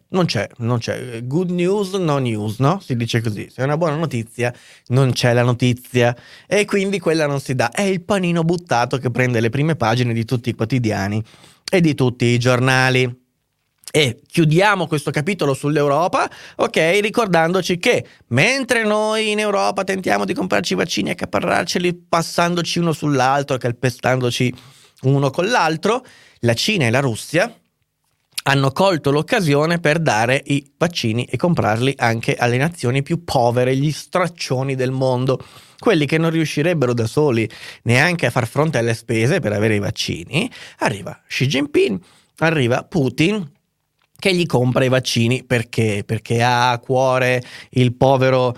Good news, no news, no? Si dice così. Se è una buona notizia, non c'è la notizia. E quindi quella non si dà. È il panino buttato che prende le prime pagine di tutti i quotidiani e di tutti i giornali. E chiudiamo questo capitolo sull'Europa, ok, ricordandoci che mentre noi in Europa tentiamo di comprarci i vaccini e accaparrarceli passandoci uno sull'altro, calpestandoci uno con l'altro, la Cina e la Russia hanno colto l'occasione per dare i vaccini e comprarli anche alle nazioni più povere, gli straccioni del mondo, quelli che non riuscirebbero da soli neanche a far fronte alle spese per avere i vaccini. Arriva Xi Jinping, arriva Putin, che gli compra i vaccini perché ha a cuore il povero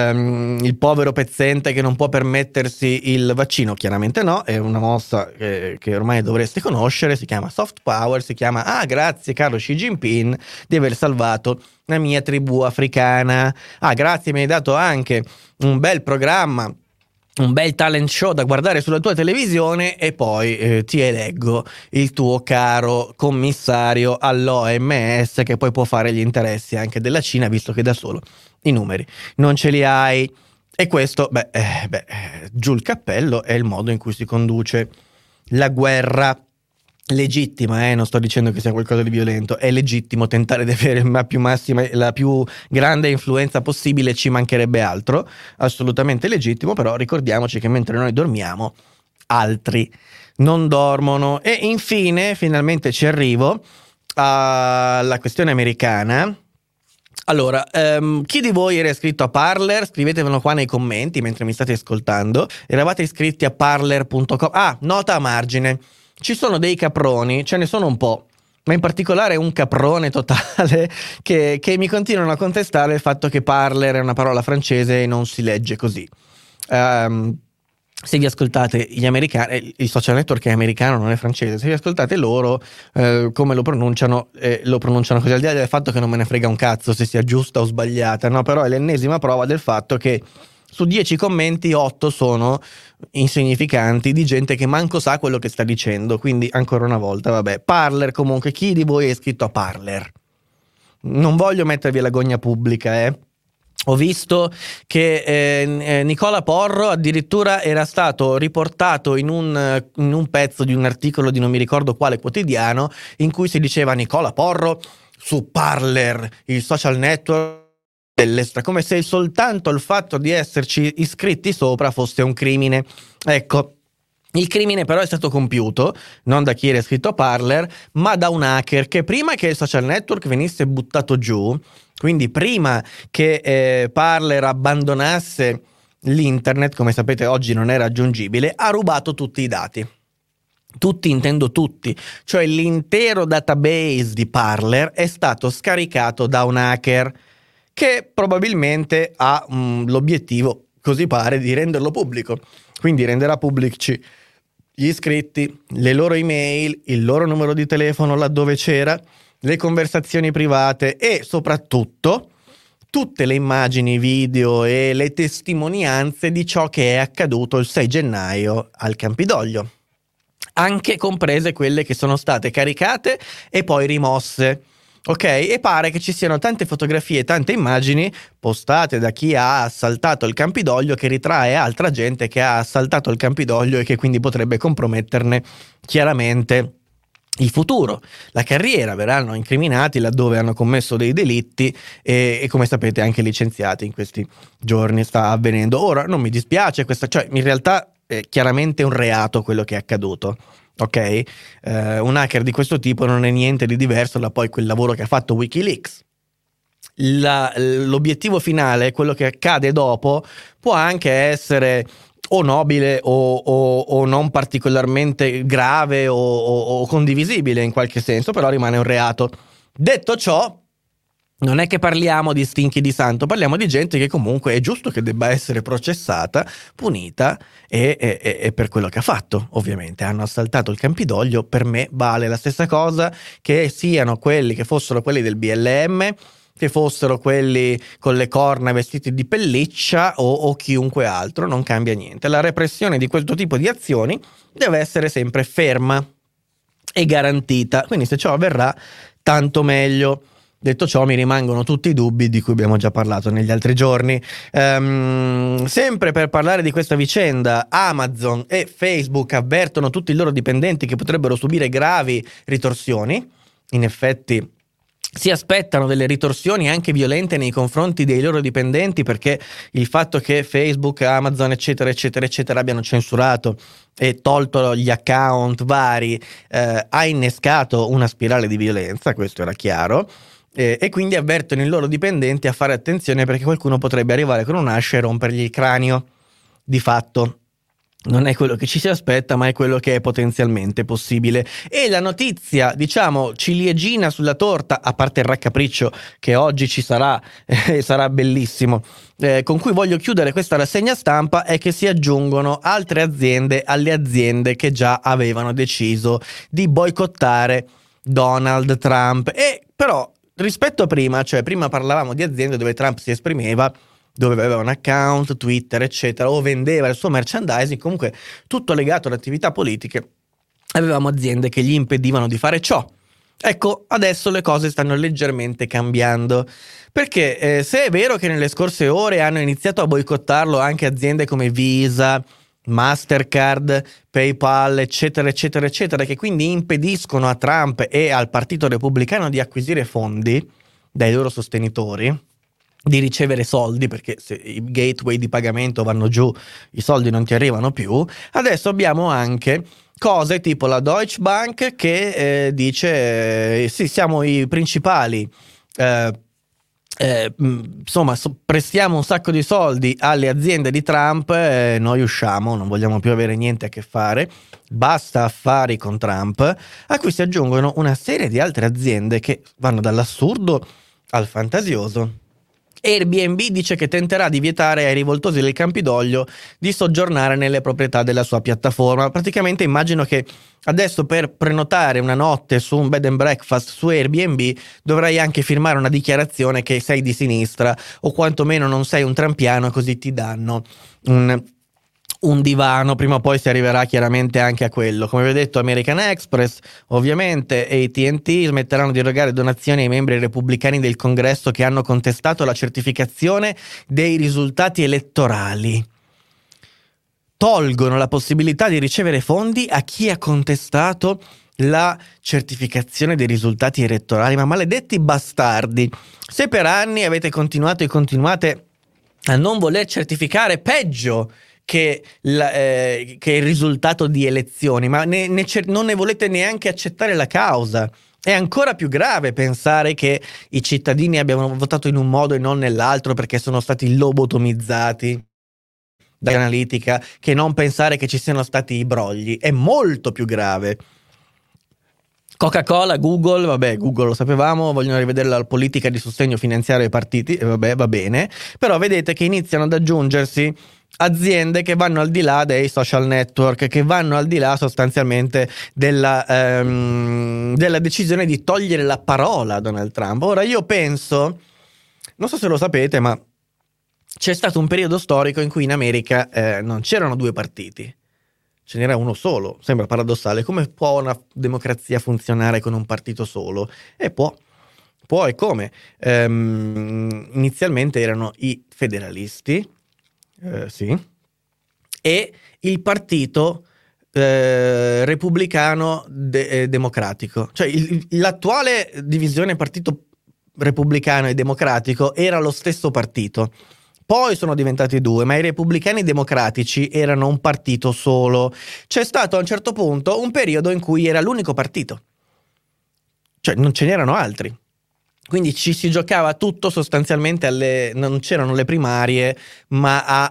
pezzente che non può permettersi il vaccino. Chiaramente no, è una mossa che ormai dovreste conoscere, si chiama soft power, si chiama grazie caro Xi Jinping di aver salvato la mia tribù africana, grazie, mi hai dato anche un bel programma, un bel talent show da guardare sulla tua televisione e poi ti eleggo il tuo caro commissario all'OMS che poi può fare gli interessi anche della Cina, visto che da solo i numeri non ce li hai. E questo, giù il cappello, è il modo in cui si conduce la guerra. Legittima, non sto dicendo che sia qualcosa di violento, è legittimo tentare di avere la più grande influenza possibile, ci mancherebbe altro, assolutamente legittimo, però ricordiamoci che mentre noi dormiamo altri non dormono. E infine finalmente ci arrivo alla questione americana. Allora, chi di voi era iscritto a Parler? Scrivetemelo qua nei commenti mentre mi state ascoltando. Eravate iscritti a parler.com? Nota a margine. Ci sono dei caproni, ce ne sono un po', ma in particolare un caprone totale che mi continuano a contestare il fatto che Parler è una parola francese e non si legge così. Se vi ascoltate gli americani, il social network è americano, non è francese, se vi ascoltate loro come lo pronunciano così, al di là del fatto che non me ne frega un cazzo se sia giusta o sbagliata, no? Però è l'ennesima prova del fatto che su 10 commenti 8 sono insignificanti di gente che manco sa quello che sta dicendo, quindi ancora una volta, vabbè. Parler, comunque, chi di voi è iscritto a Parler? Non voglio mettervi alla gogna pubblica, Ho visto che Nicola Porro addirittura era stato riportato in un pezzo di un articolo di non mi ricordo quale quotidiano in cui si diceva Nicola Porro su Parler, il social network dell'estra, come se soltanto il fatto di esserci iscritti sopra fosse un crimine. Ecco, il crimine però è stato compiuto non da chi era iscritto a Parler, ma da un hacker che prima che il social network venisse buttato giù, quindi prima che Parler abbandonasse l'internet, come sapete oggi non è raggiungibile, ha rubato tutti i dati. Tutti, intendo tutti, cioè l'intero database di Parler è stato scaricato da un hacker che probabilmente ha l'obiettivo, così pare, di renderlo pubblico. Quindi renderà pubblici gli iscritti, le loro email, il loro numero di telefono laddove c'era, le conversazioni private e soprattutto tutte le immagini, video e le testimonianze di ciò che è accaduto il 6 gennaio al Campidoglio, anche comprese quelle che sono state caricate e poi rimosse. Ok, e pare che ci siano tante fotografie e tante immagini postate da chi ha assaltato il Campidoglio che ritrae altra gente che ha assaltato il Campidoglio e che quindi potrebbe comprometterne chiaramente il futuro, la carriera. Verranno incriminati laddove hanno commesso dei delitti e come sapete anche licenziati in questi giorni, sta avvenendo. Ora non mi dispiace cioè in realtà è chiaramente un reato quello che è accaduto. Ok, un hacker di questo tipo non è niente di diverso da poi quel lavoro che ha fatto WikiLeaks. L'obiettivo finale, quello che accade dopo, può anche essere o nobile o non particolarmente grave o condivisibile in qualche senso, però rimane un reato. Detto ciò, non è che parliamo di stinchi di santo, parliamo di gente che comunque è giusto che debba essere processata, punita e per quello che ha fatto. Ovviamente hanno assaltato il Campidoglio, per me vale la stessa cosa che siano quelli, che fossero quelli del BLM, che fossero quelli con le corna vestiti di pelliccia o chiunque altro, non cambia niente. La repressione di questo tipo di azioni deve essere sempre ferma e garantita, quindi se ciò avverrà tanto meglio. Detto ciò, mi rimangono tutti i dubbi di cui abbiamo già parlato negli altri giorni. Sempre per parlare di questa vicenda, Amazon e Facebook avvertono tutti i loro dipendenti che potrebbero subire gravi ritorsioni. In effetti si aspettano delle ritorsioni anche violente nei confronti dei loro dipendenti, perché il fatto che Facebook, Amazon, eccetera, eccetera, eccetera, abbiano censurato e tolto gli account vari ha innescato una spirale di violenza, questo era chiaro. E quindi avvertono i loro dipendenti a fare attenzione, perché qualcuno potrebbe arrivare con un'ascia e rompergli il cranio. Di fatto non è quello che ci si aspetta, ma è quello che è potenzialmente possibile. E la notizia, diciamo, ciliegina sulla torta, a parte il raccapriccio che oggi ci sarà, sarà bellissimo, con cui voglio chiudere questa rassegna stampa, è che si aggiungono altre aziende alle aziende che già avevano deciso di boicottare Donald Trump. E però rispetto a prima, cioè prima parlavamo di aziende dove Trump si esprimeva, dove aveva un account, Twitter, eccetera, o vendeva il suo merchandising, comunque tutto legato ad attività politiche, avevamo aziende che gli impedivano di fare ciò. Ecco, adesso le cose stanno leggermente cambiando, perché se è vero che nelle scorse ore hanno iniziato a boicottarlo anche aziende come Visa, Mastercard, PayPal, eccetera, eccetera, eccetera, che quindi impediscono a Trump e al Partito Repubblicano di acquisire fondi dai loro sostenitori, di ricevere soldi, perché se i gateway di pagamento vanno giù, i soldi non ti arrivano più. Adesso abbiamo anche cose tipo la Deutsche Bank che dice sì, siamo i principali, insomma, prestiamo un sacco di soldi alle aziende di Trump, noi usciamo, non vogliamo più avere niente a che fare, basta affari con Trump. A cui si aggiungono una serie di altre aziende che vanno dall'assurdo al fantasioso. Airbnb dice che tenterà di vietare ai rivoltosi del Campidoglio di soggiornare nelle proprietà della sua piattaforma. Praticamente immagino che adesso per prenotare una notte su un bed and breakfast su Airbnb dovrai anche firmare una dichiarazione che sei di sinistra, o quantomeno non sei un trampiano, così ti danno un divano. Prima o poi si arriverà chiaramente anche a quello. Come vi ho detto, American Express, ovviamente, e AT&T smetteranno di erogare donazioni ai membri repubblicani del Congresso che hanno contestato la certificazione dei risultati elettorali. Tolgono la possibilità di ricevere fondi a chi ha contestato la certificazione dei risultati elettorali. Ma maledetti bastardi, se per anni avete continuato e continuate a non voler certificare, peggio che il risultato di elezioni, ma non ne volete neanche accettare la causa. È ancora più grave pensare che i cittadini abbiano votato in un modo e non nell'altro perché sono stati lobotomizzati dall'analitica, che non pensare che ci siano stati i brogli. È molto più grave. Coca-Cola, Google, vabbè, Google lo sapevamo, vogliono rivedere la politica di sostegno finanziario ai partiti, vabbè, va bene, però vedete che iniziano ad aggiungersi aziende che vanno al di là dei social network, che vanno al di là sostanzialmente della decisione di togliere la parola a Donald Trump. Ora io penso, non so se lo sapete, ma c'è stato un periodo storico in cui in America non c'erano due partiti, ce n'era uno solo. Sembra paradossale, come può una democrazia funzionare con un partito solo? E può e come? Inizialmente erano i federalisti, sì, e il partito repubblicano democratico. Cioè l'attuale divisione partito repubblicano e democratico era lo stesso partito. Poi sono diventati due, ma i repubblicani democratici erano un partito solo. C'è stato a un certo punto un periodo in cui era l'unico partito, cioè non ce n'erano altri. Quindi ci si giocava tutto sostanzialmente non c'erano le primarie, ma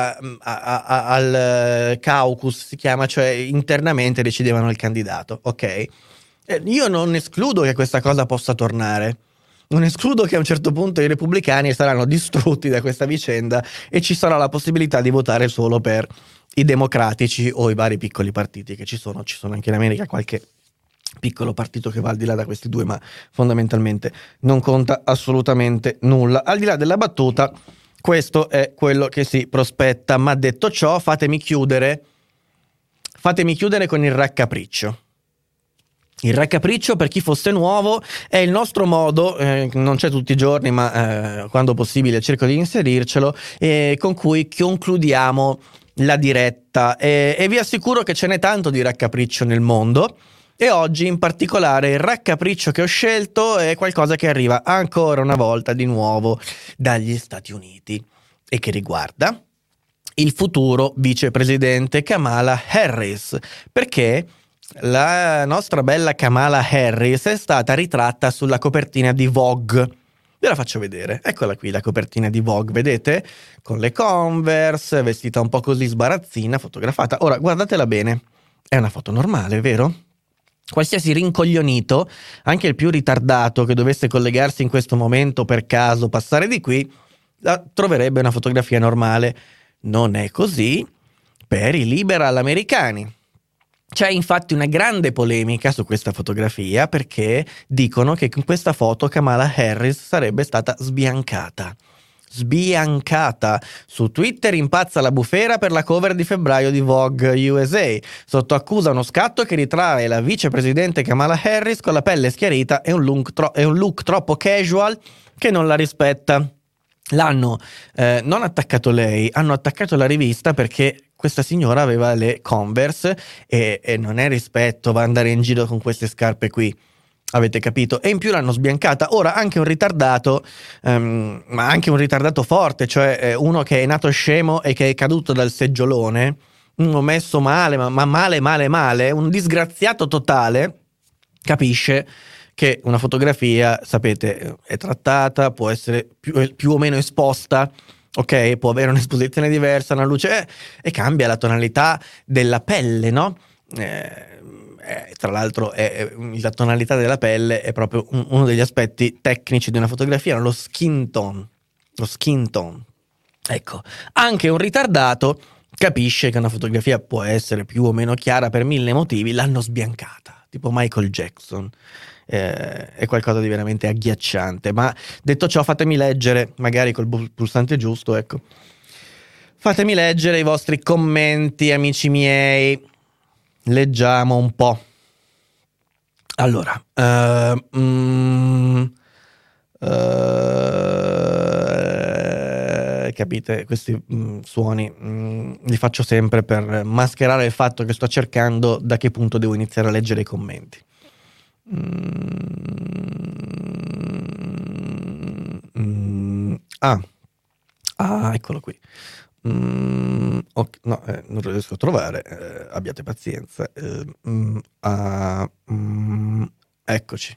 al caucus si chiama, cioè internamente decidevano il candidato, ok? Io non escludo che questa cosa possa tornare. Non escludo che a un certo punto i repubblicani saranno distrutti da questa vicenda e ci sarà la possibilità di votare solo per i democratici o i vari piccoli partiti che ci sono anche in America qualche piccolo partito che va al di là da questi due, ma fondamentalmente non conta assolutamente nulla. Al di là della battuta, questo è quello che si prospetta, ma detto ciò fatemi chiudere con il raccapriccio. Il raccapriccio, per chi fosse nuovo, è il nostro modo, non c'è tutti i giorni, ma quando possibile cerco di inserircelo, con cui concludiamo la diretta. E vi assicuro che ce n'è tanto di raccapriccio nel mondo, e oggi in particolare il raccapriccio che ho scelto è qualcosa che arriva ancora una volta di nuovo dagli Stati Uniti e che riguarda il futuro vicepresidente Kamala Harris, perché la nostra bella Kamala Harris è stata ritratta sulla copertina di Vogue. Ve la faccio vedere, eccola qui la copertina di Vogue, vedete? Con le Converse, vestita un po' così sbarazzina, fotografata. Ora guardatela bene, è una foto normale, vero? Qualsiasi rincoglionito, anche il più ritardato che dovesse collegarsi in questo momento per caso passare di qui, troverebbe una fotografia normale. Non è così per i liberal americani. C'è infatti una grande polemica su questa fotografia perché dicono che con questa foto Kamala Harris sarebbe stata sbiancata. Su Twitter impazza la bufera per la cover di febbraio di Vogue USA. Sotto accusa uno scatto che ritrae la vicepresidente Kamala Harris con la pelle schiarita e un look troppo casual che non la rispetta. L'hanno non attaccato lei, hanno attaccato la rivista perché questa signora aveva le Converse e non è rispetto, va ad andare in giro con queste scarpe qui. Avete capito? E in più l'hanno sbiancata. Ora anche un ritardato, ma anche un ritardato forte, cioè uno che è nato scemo e che è caduto dal seggiolone, uno messo male, ma male, un disgraziato totale, capisce che una fotografia, sapete, è trattata, può essere più o meno esposta, ok? Può avere un'esposizione diversa, una luce, e cambia la tonalità della pelle, no? Tra l'altro la tonalità della pelle è proprio uno degli aspetti tecnici di una fotografia, lo skin tone. Ecco, anche un ritardato capisce che una fotografia può essere più o meno chiara per mille motivi, l'hanno sbiancata, tipo Michael Jackson. È qualcosa di veramente agghiacciante. Ma detto ciò, fatemi leggere, magari col pulsante giusto, ecco. Fatemi leggere i vostri commenti, amici miei. Leggiamo un po'. Allora, capite, questi suoni li faccio sempre per mascherare il fatto che sto cercando da che punto devo iniziare a leggere i commenti. Eccolo qui. Okay, no, non lo riesco a trovare, abbiate pazienza. Eccoci.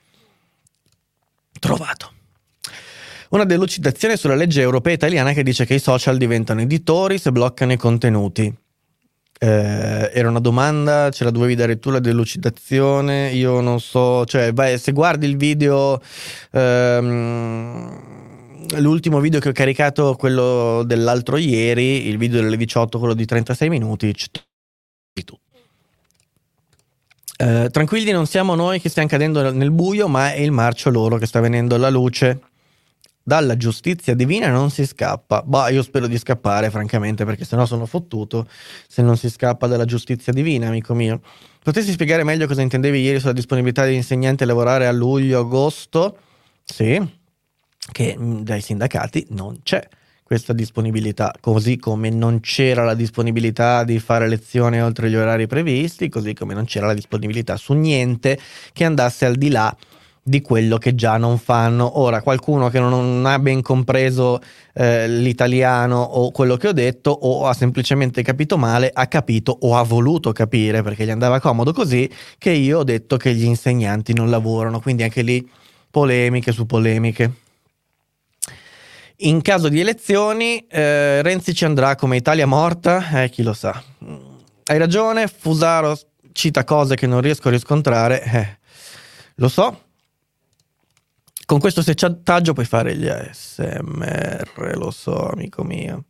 Trovato. Una delucidazione sulla legge europea italiana che dice che i social diventano editori se bloccano i contenuti. Era una domanda, ce la dovevi dare tu la delucidazione, io non so, cioè vai, se guardi il video, l'ultimo video che ho caricato, quello dell'altro ieri, il video delle 18, quello di 36 minuti, tu. Tranquilli, non siamo noi che stiamo cadendo nel buio, ma è il marcio loro che sta venendo alla luce. Dalla giustizia divina non si scappa. Bah, io spero di scappare, francamente, perché sennò sono fottuto se non si scappa dalla giustizia divina, amico mio. Potresti spiegare meglio cosa intendevi ieri sulla disponibilità degli insegnanti a lavorare a luglio-agosto? Sì, che dai sindacati non c'è questa disponibilità, così come non c'era la disponibilità di fare lezioni oltre gli orari previsti, così come non c'era la disponibilità su niente che andasse al di là di quello che già non fanno. Ora, qualcuno che non ha ben compreso l'italiano o quello che ho detto, o ha semplicemente capito male, ha capito o ha voluto capire perché gli andava comodo così, che io ho detto che gli insegnanti non lavorano, quindi anche lì polemiche su polemiche. In caso di elezioni Renzi ci andrà come Italia morta? Chi lo sa. Hai ragione, Fusaro cita cose che non riesco a riscontrare, lo so. Con questo settaggio puoi fare gli ASMR, lo so, amico mio.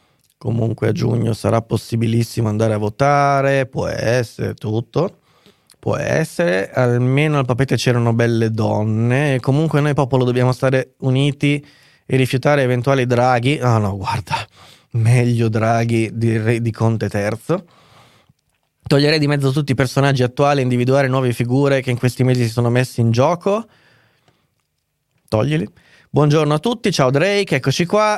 Comunque a giugno sarà possibilissimo andare a votare, può essere tutto, Può essere, almeno al papete c'erano belle donne. E comunque noi popolo dobbiamo stare uniti e rifiutare eventuali Draghi. Ah no, guarda, meglio Draghi di Conte terzo. Toglierei di mezzo tutti i personaggi attuali e individuare nuove figure che in questi mesi si sono messi in gioco. Toglili. Buongiorno a tutti, ciao Drake, eccoci qua.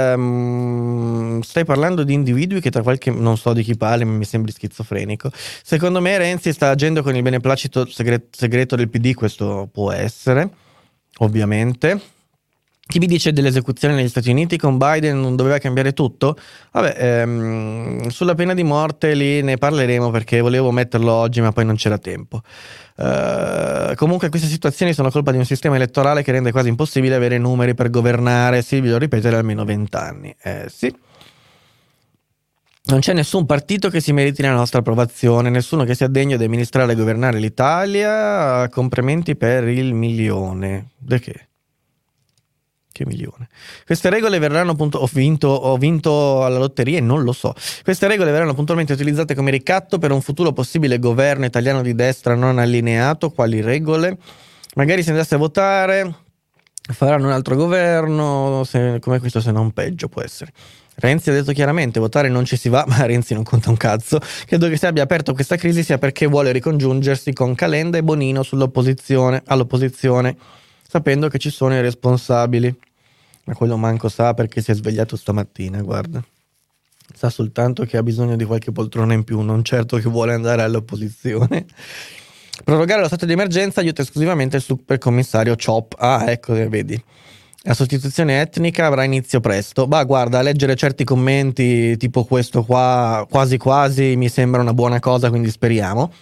Stai parlando di individui che tra qualche... non so di chi parli, ma mi sembri schizofrenico. Secondo me Renzi sta agendo con il beneplacito segreto del PD, questo può essere, ovviamente. Chi mi dice dell'esecuzione negli Stati Uniti con Biden non doveva cambiare tutto? Vabbè, sulla pena di morte lì ne parleremo perché volevo metterlo oggi ma poi non c'era tempo. Comunque queste situazioni sono colpa di un sistema elettorale che rende quasi impossibile avere numeri per governare. Silvio lo ripetere almeno 20 anni. Sì. Non c'è nessun partito che si meriti la nostra approvazione, nessuno che sia degno di amministrare e governare l'Italia. Complimenti per il milione. De che? Che milione. Queste regole verranno ho vinto alla lotteria e non lo so. Queste regole verranno puntualmente utilizzate come ricatto per un futuro possibile governo italiano di destra non allineato. Quali regole? Magari se andasse a votare faranno un altro governo, come questo, se non peggio può essere. Renzi ha detto chiaramente votare non ci si va, ma Renzi non conta un cazzo. Credo che se abbia aperto questa crisi sia perché vuole ricongiungersi con Calenda e Bonino all'opposizione, sapendo che ci sono i responsabili. Ma quello manco sa perché si è svegliato stamattina, guarda. Sa soltanto che ha bisogno di qualche poltrona in più, non certo che vuole andare all'opposizione. Prorogare lo stato di emergenza aiuta esclusivamente il supercommissario Chop. Ah, ecco, vedi. La sostituzione etnica avrà inizio presto. Bah, guarda, leggere certi commenti tipo questo qua, quasi quasi, mi sembra una buona cosa, quindi speriamo.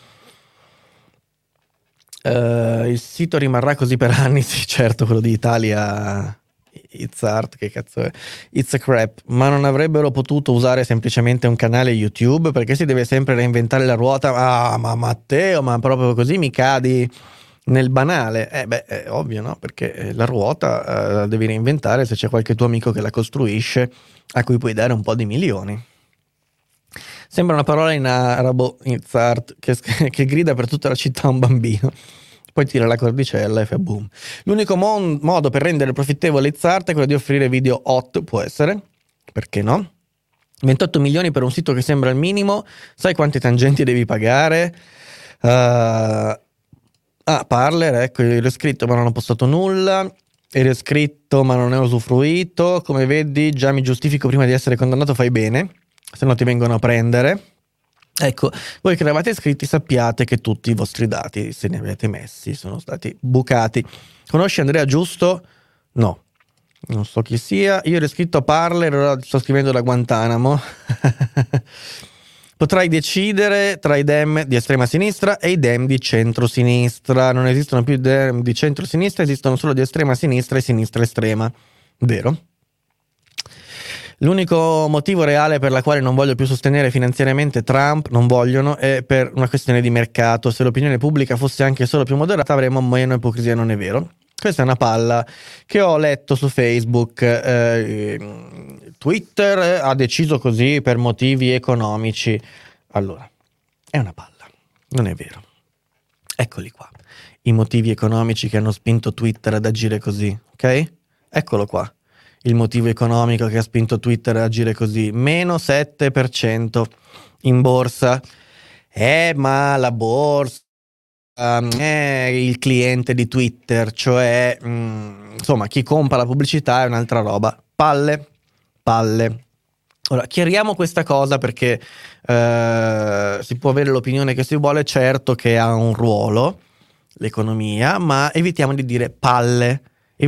Il sito rimarrà così per anni, sì, certo, quello di Italia It's Art, che cazzo è? It's a crap. Ma non avrebbero potuto usare semplicemente un canale YouTube? Perché si deve sempre reinventare la ruota? Ah, ma Matteo, ma proprio così mi cadi nel banale? È ovvio, no? Perché la ruota la devi reinventare se c'è qualche tuo amico che la costruisce, a cui puoi dare un po' di milioni. Sembra una parola in arabo, It's Art, che grida per tutta la città un bambino. Poi tira la cordicella e fa boom. L'unico modo per rendere profittevole It's Art è quello di offrire video hot, può essere, perché no? 28 milioni per un sito che sembra il minimo. Sai quante tangenti devi pagare? Parler, ecco, io l'ho scritto ma non ho postato nulla. Ero scritto ma non ne ho usufruito. Come vedi già mi giustifico prima di essere condannato, fai bene, se no ti vengono a prendere. Ecco, voi che eravate iscritti sappiate che tutti i vostri dati, se ne avete messi, sono stati bucati. Conosci Andrea Giusto? No, non so chi sia. Io ero iscritto a Parler, ora sto scrivendo da Guantanamo. Potrai decidere tra i Dem di estrema sinistra e i Dem di centro-sinistra. Non esistono più Dem di centro-sinistra, esistono solo di estrema sinistra e sinistra estrema. Vero? L'unico motivo reale per la quale non voglio più sostenere finanziariamente Trump, non vogliono, è per una questione di mercato. Se l'opinione pubblica fosse anche solo più moderata avremmo meno ipocrisia, non è vero? Questa è una palla che ho letto su Facebook. Twitter ha deciso così per motivi economici. Allora, è una palla, non è vero. Eccoli qua, i motivi economici che hanno spinto Twitter ad agire così, ok? Eccolo qua. Il motivo economico che ha spinto Twitter ad agire così, meno 7% in borsa. Ma la borsa è il cliente di Twitter, cioè insomma chi compra la pubblicità è un'altra roba. Palle. Ora chiariamo questa cosa perché si può avere l'opinione che si vuole, certo che ha un ruolo l'economia, ma evitiamo di dire palle.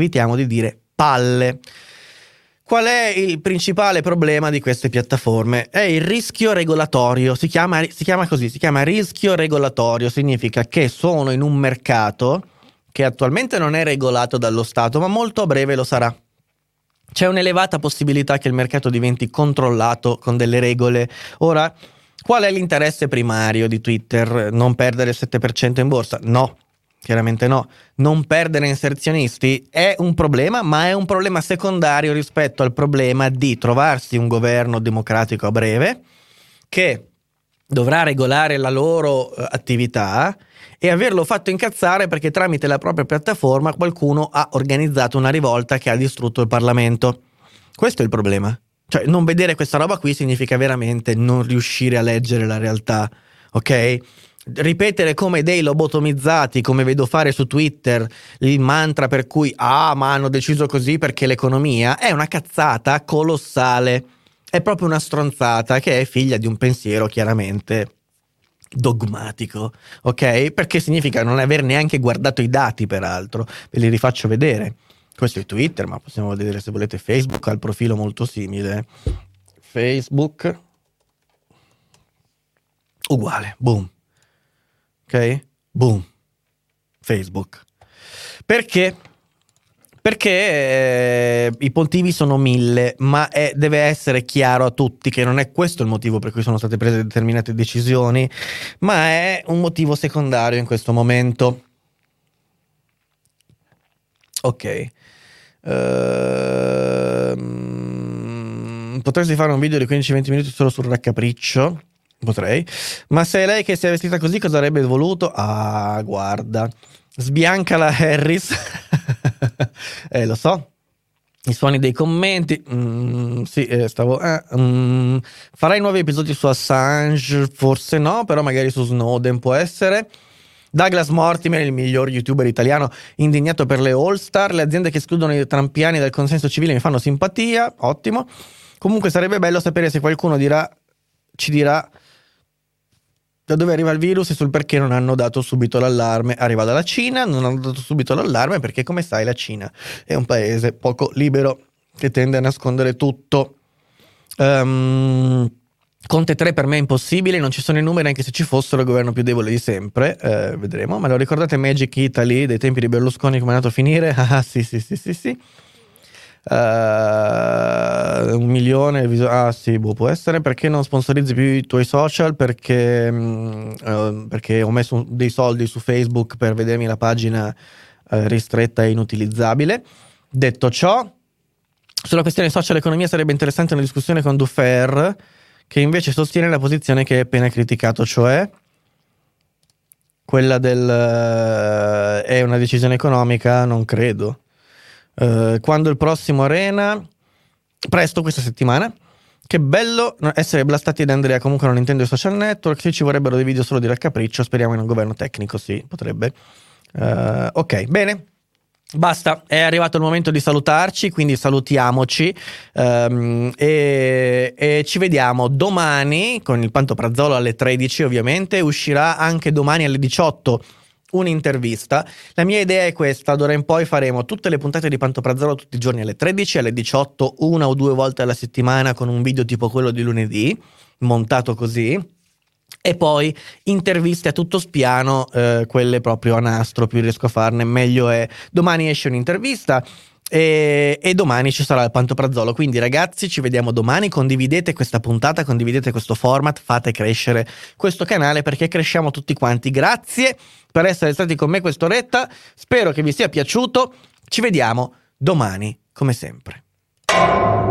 Qual è il principale problema di queste piattaforme? È il rischio regolatorio, si chiama rischio regolatorio, significa che sono in un mercato che attualmente non è regolato dallo Stato, ma molto a breve lo sarà. C'è un'elevata possibilità che il mercato diventi controllato con delle regole. Ora, qual è l'interesse primario di Twitter? Non perdere il 7% in borsa? No. Chiaramente no. Non perdere inserzionisti è un problema, ma è un problema secondario rispetto al problema di trovarsi un governo democratico a breve che dovrà regolare la loro attività e averlo fatto incazzare perché tramite la propria piattaforma qualcuno ha organizzato una rivolta che ha distrutto il Parlamento. Questo è il problema. Cioè, non vedere questa roba qui significa veramente non riuscire a leggere la realtà, ok? Ripetere come dei lobotomizzati, come vedo fare su Twitter, il mantra per cui ma hanno deciso così perché l'economia, è una cazzata colossale. È proprio una stronzata che è figlia di un pensiero chiaramente dogmatico, ok? Perché significa non aver neanche guardato i dati, peraltro. Ve li rifaccio vedere. Questo è Twitter, ma possiamo vedere se volete Facebook, ha il profilo molto simile. Facebook uguale, boom. Ok? Boom. Facebook. Perché? Perché i motivi sono 1000, ma deve essere chiaro a tutti che non è questo il motivo per cui sono state prese determinate decisioni, ma è un motivo secondario in questo momento. Ok. Potresti fare un video di 15-20 minuti solo sul raccapriccio? Potrei. Ma se è lei che si è vestita così, cosa avrebbe voluto? Ah, guarda. Sbianca la Harris. Lo so. I suoni dei commenti. Sì, stavo. Farai nuovi episodi su Assange? Forse no, però magari su Snowden può essere. Douglas Mortimer, il miglior youtuber italiano, indignato per le All-Star. Le aziende che escludono i trampiani dal consenso civile mi fanno simpatia. Ottimo. Comunque sarebbe bello sapere se qualcuno ci dirà da dove arriva il virus e sul perché non hanno dato subito l'allarme. Arriva dalla Cina, non hanno dato subito l'allarme perché, come sai, la Cina è un paese poco libero che tende a nascondere tutto. Conte 3 per me è impossibile, non ci sono i numeri, anche se ci fossero il governo più debole di sempre, vedremo. Ma lo ricordate Magic Italy dei tempi di Berlusconi, come è andato a finire? Ah sì. 1 milione sì, può essere. Perché non sponsorizzi più i tuoi social? Perché ho messo dei soldi su Facebook per vedermi la pagina ristretta e inutilizzabile. Detto ciò, sulla questione social economia sarebbe interessante una discussione con Dufer, che invece sostiene la posizione che hai appena criticato, cioè quella è una decisione economica. Non credo. Quando il prossimo Arena? Presto, questa settimana. Che bello essere blastati da Andrea. Comunque non intendo i social network. Se ci vorrebbero dei video solo di raccapriccio, speriamo in un governo tecnico. Sì, potrebbe. Ok, bene. Basta, è arrivato il momento di salutarci, quindi salutiamoci e ci vediamo domani con il Pantoprazzolo alle 13, ovviamente. Uscirà anche domani alle 18 un'intervista. La mia idea è questa: d'ora in poi faremo tutte le puntate di Pantoprazzolo tutti i giorni alle 13, alle 18, 1 o 2 volte alla settimana, con un video tipo quello di lunedì, montato così. E poi interviste a tutto spiano, quelle proprio a nastro, più riesco a farne meglio è. Domani esce un'intervista e domani ci sarà il Pantoprazzolo, quindi ragazzi ci vediamo domani. Condividete questa puntata, condividete questo format, fate crescere questo canale perché cresciamo tutti quanti. Grazie per essere stati con me quest'oretta, spero che vi sia piaciuto, ci vediamo domani come sempre.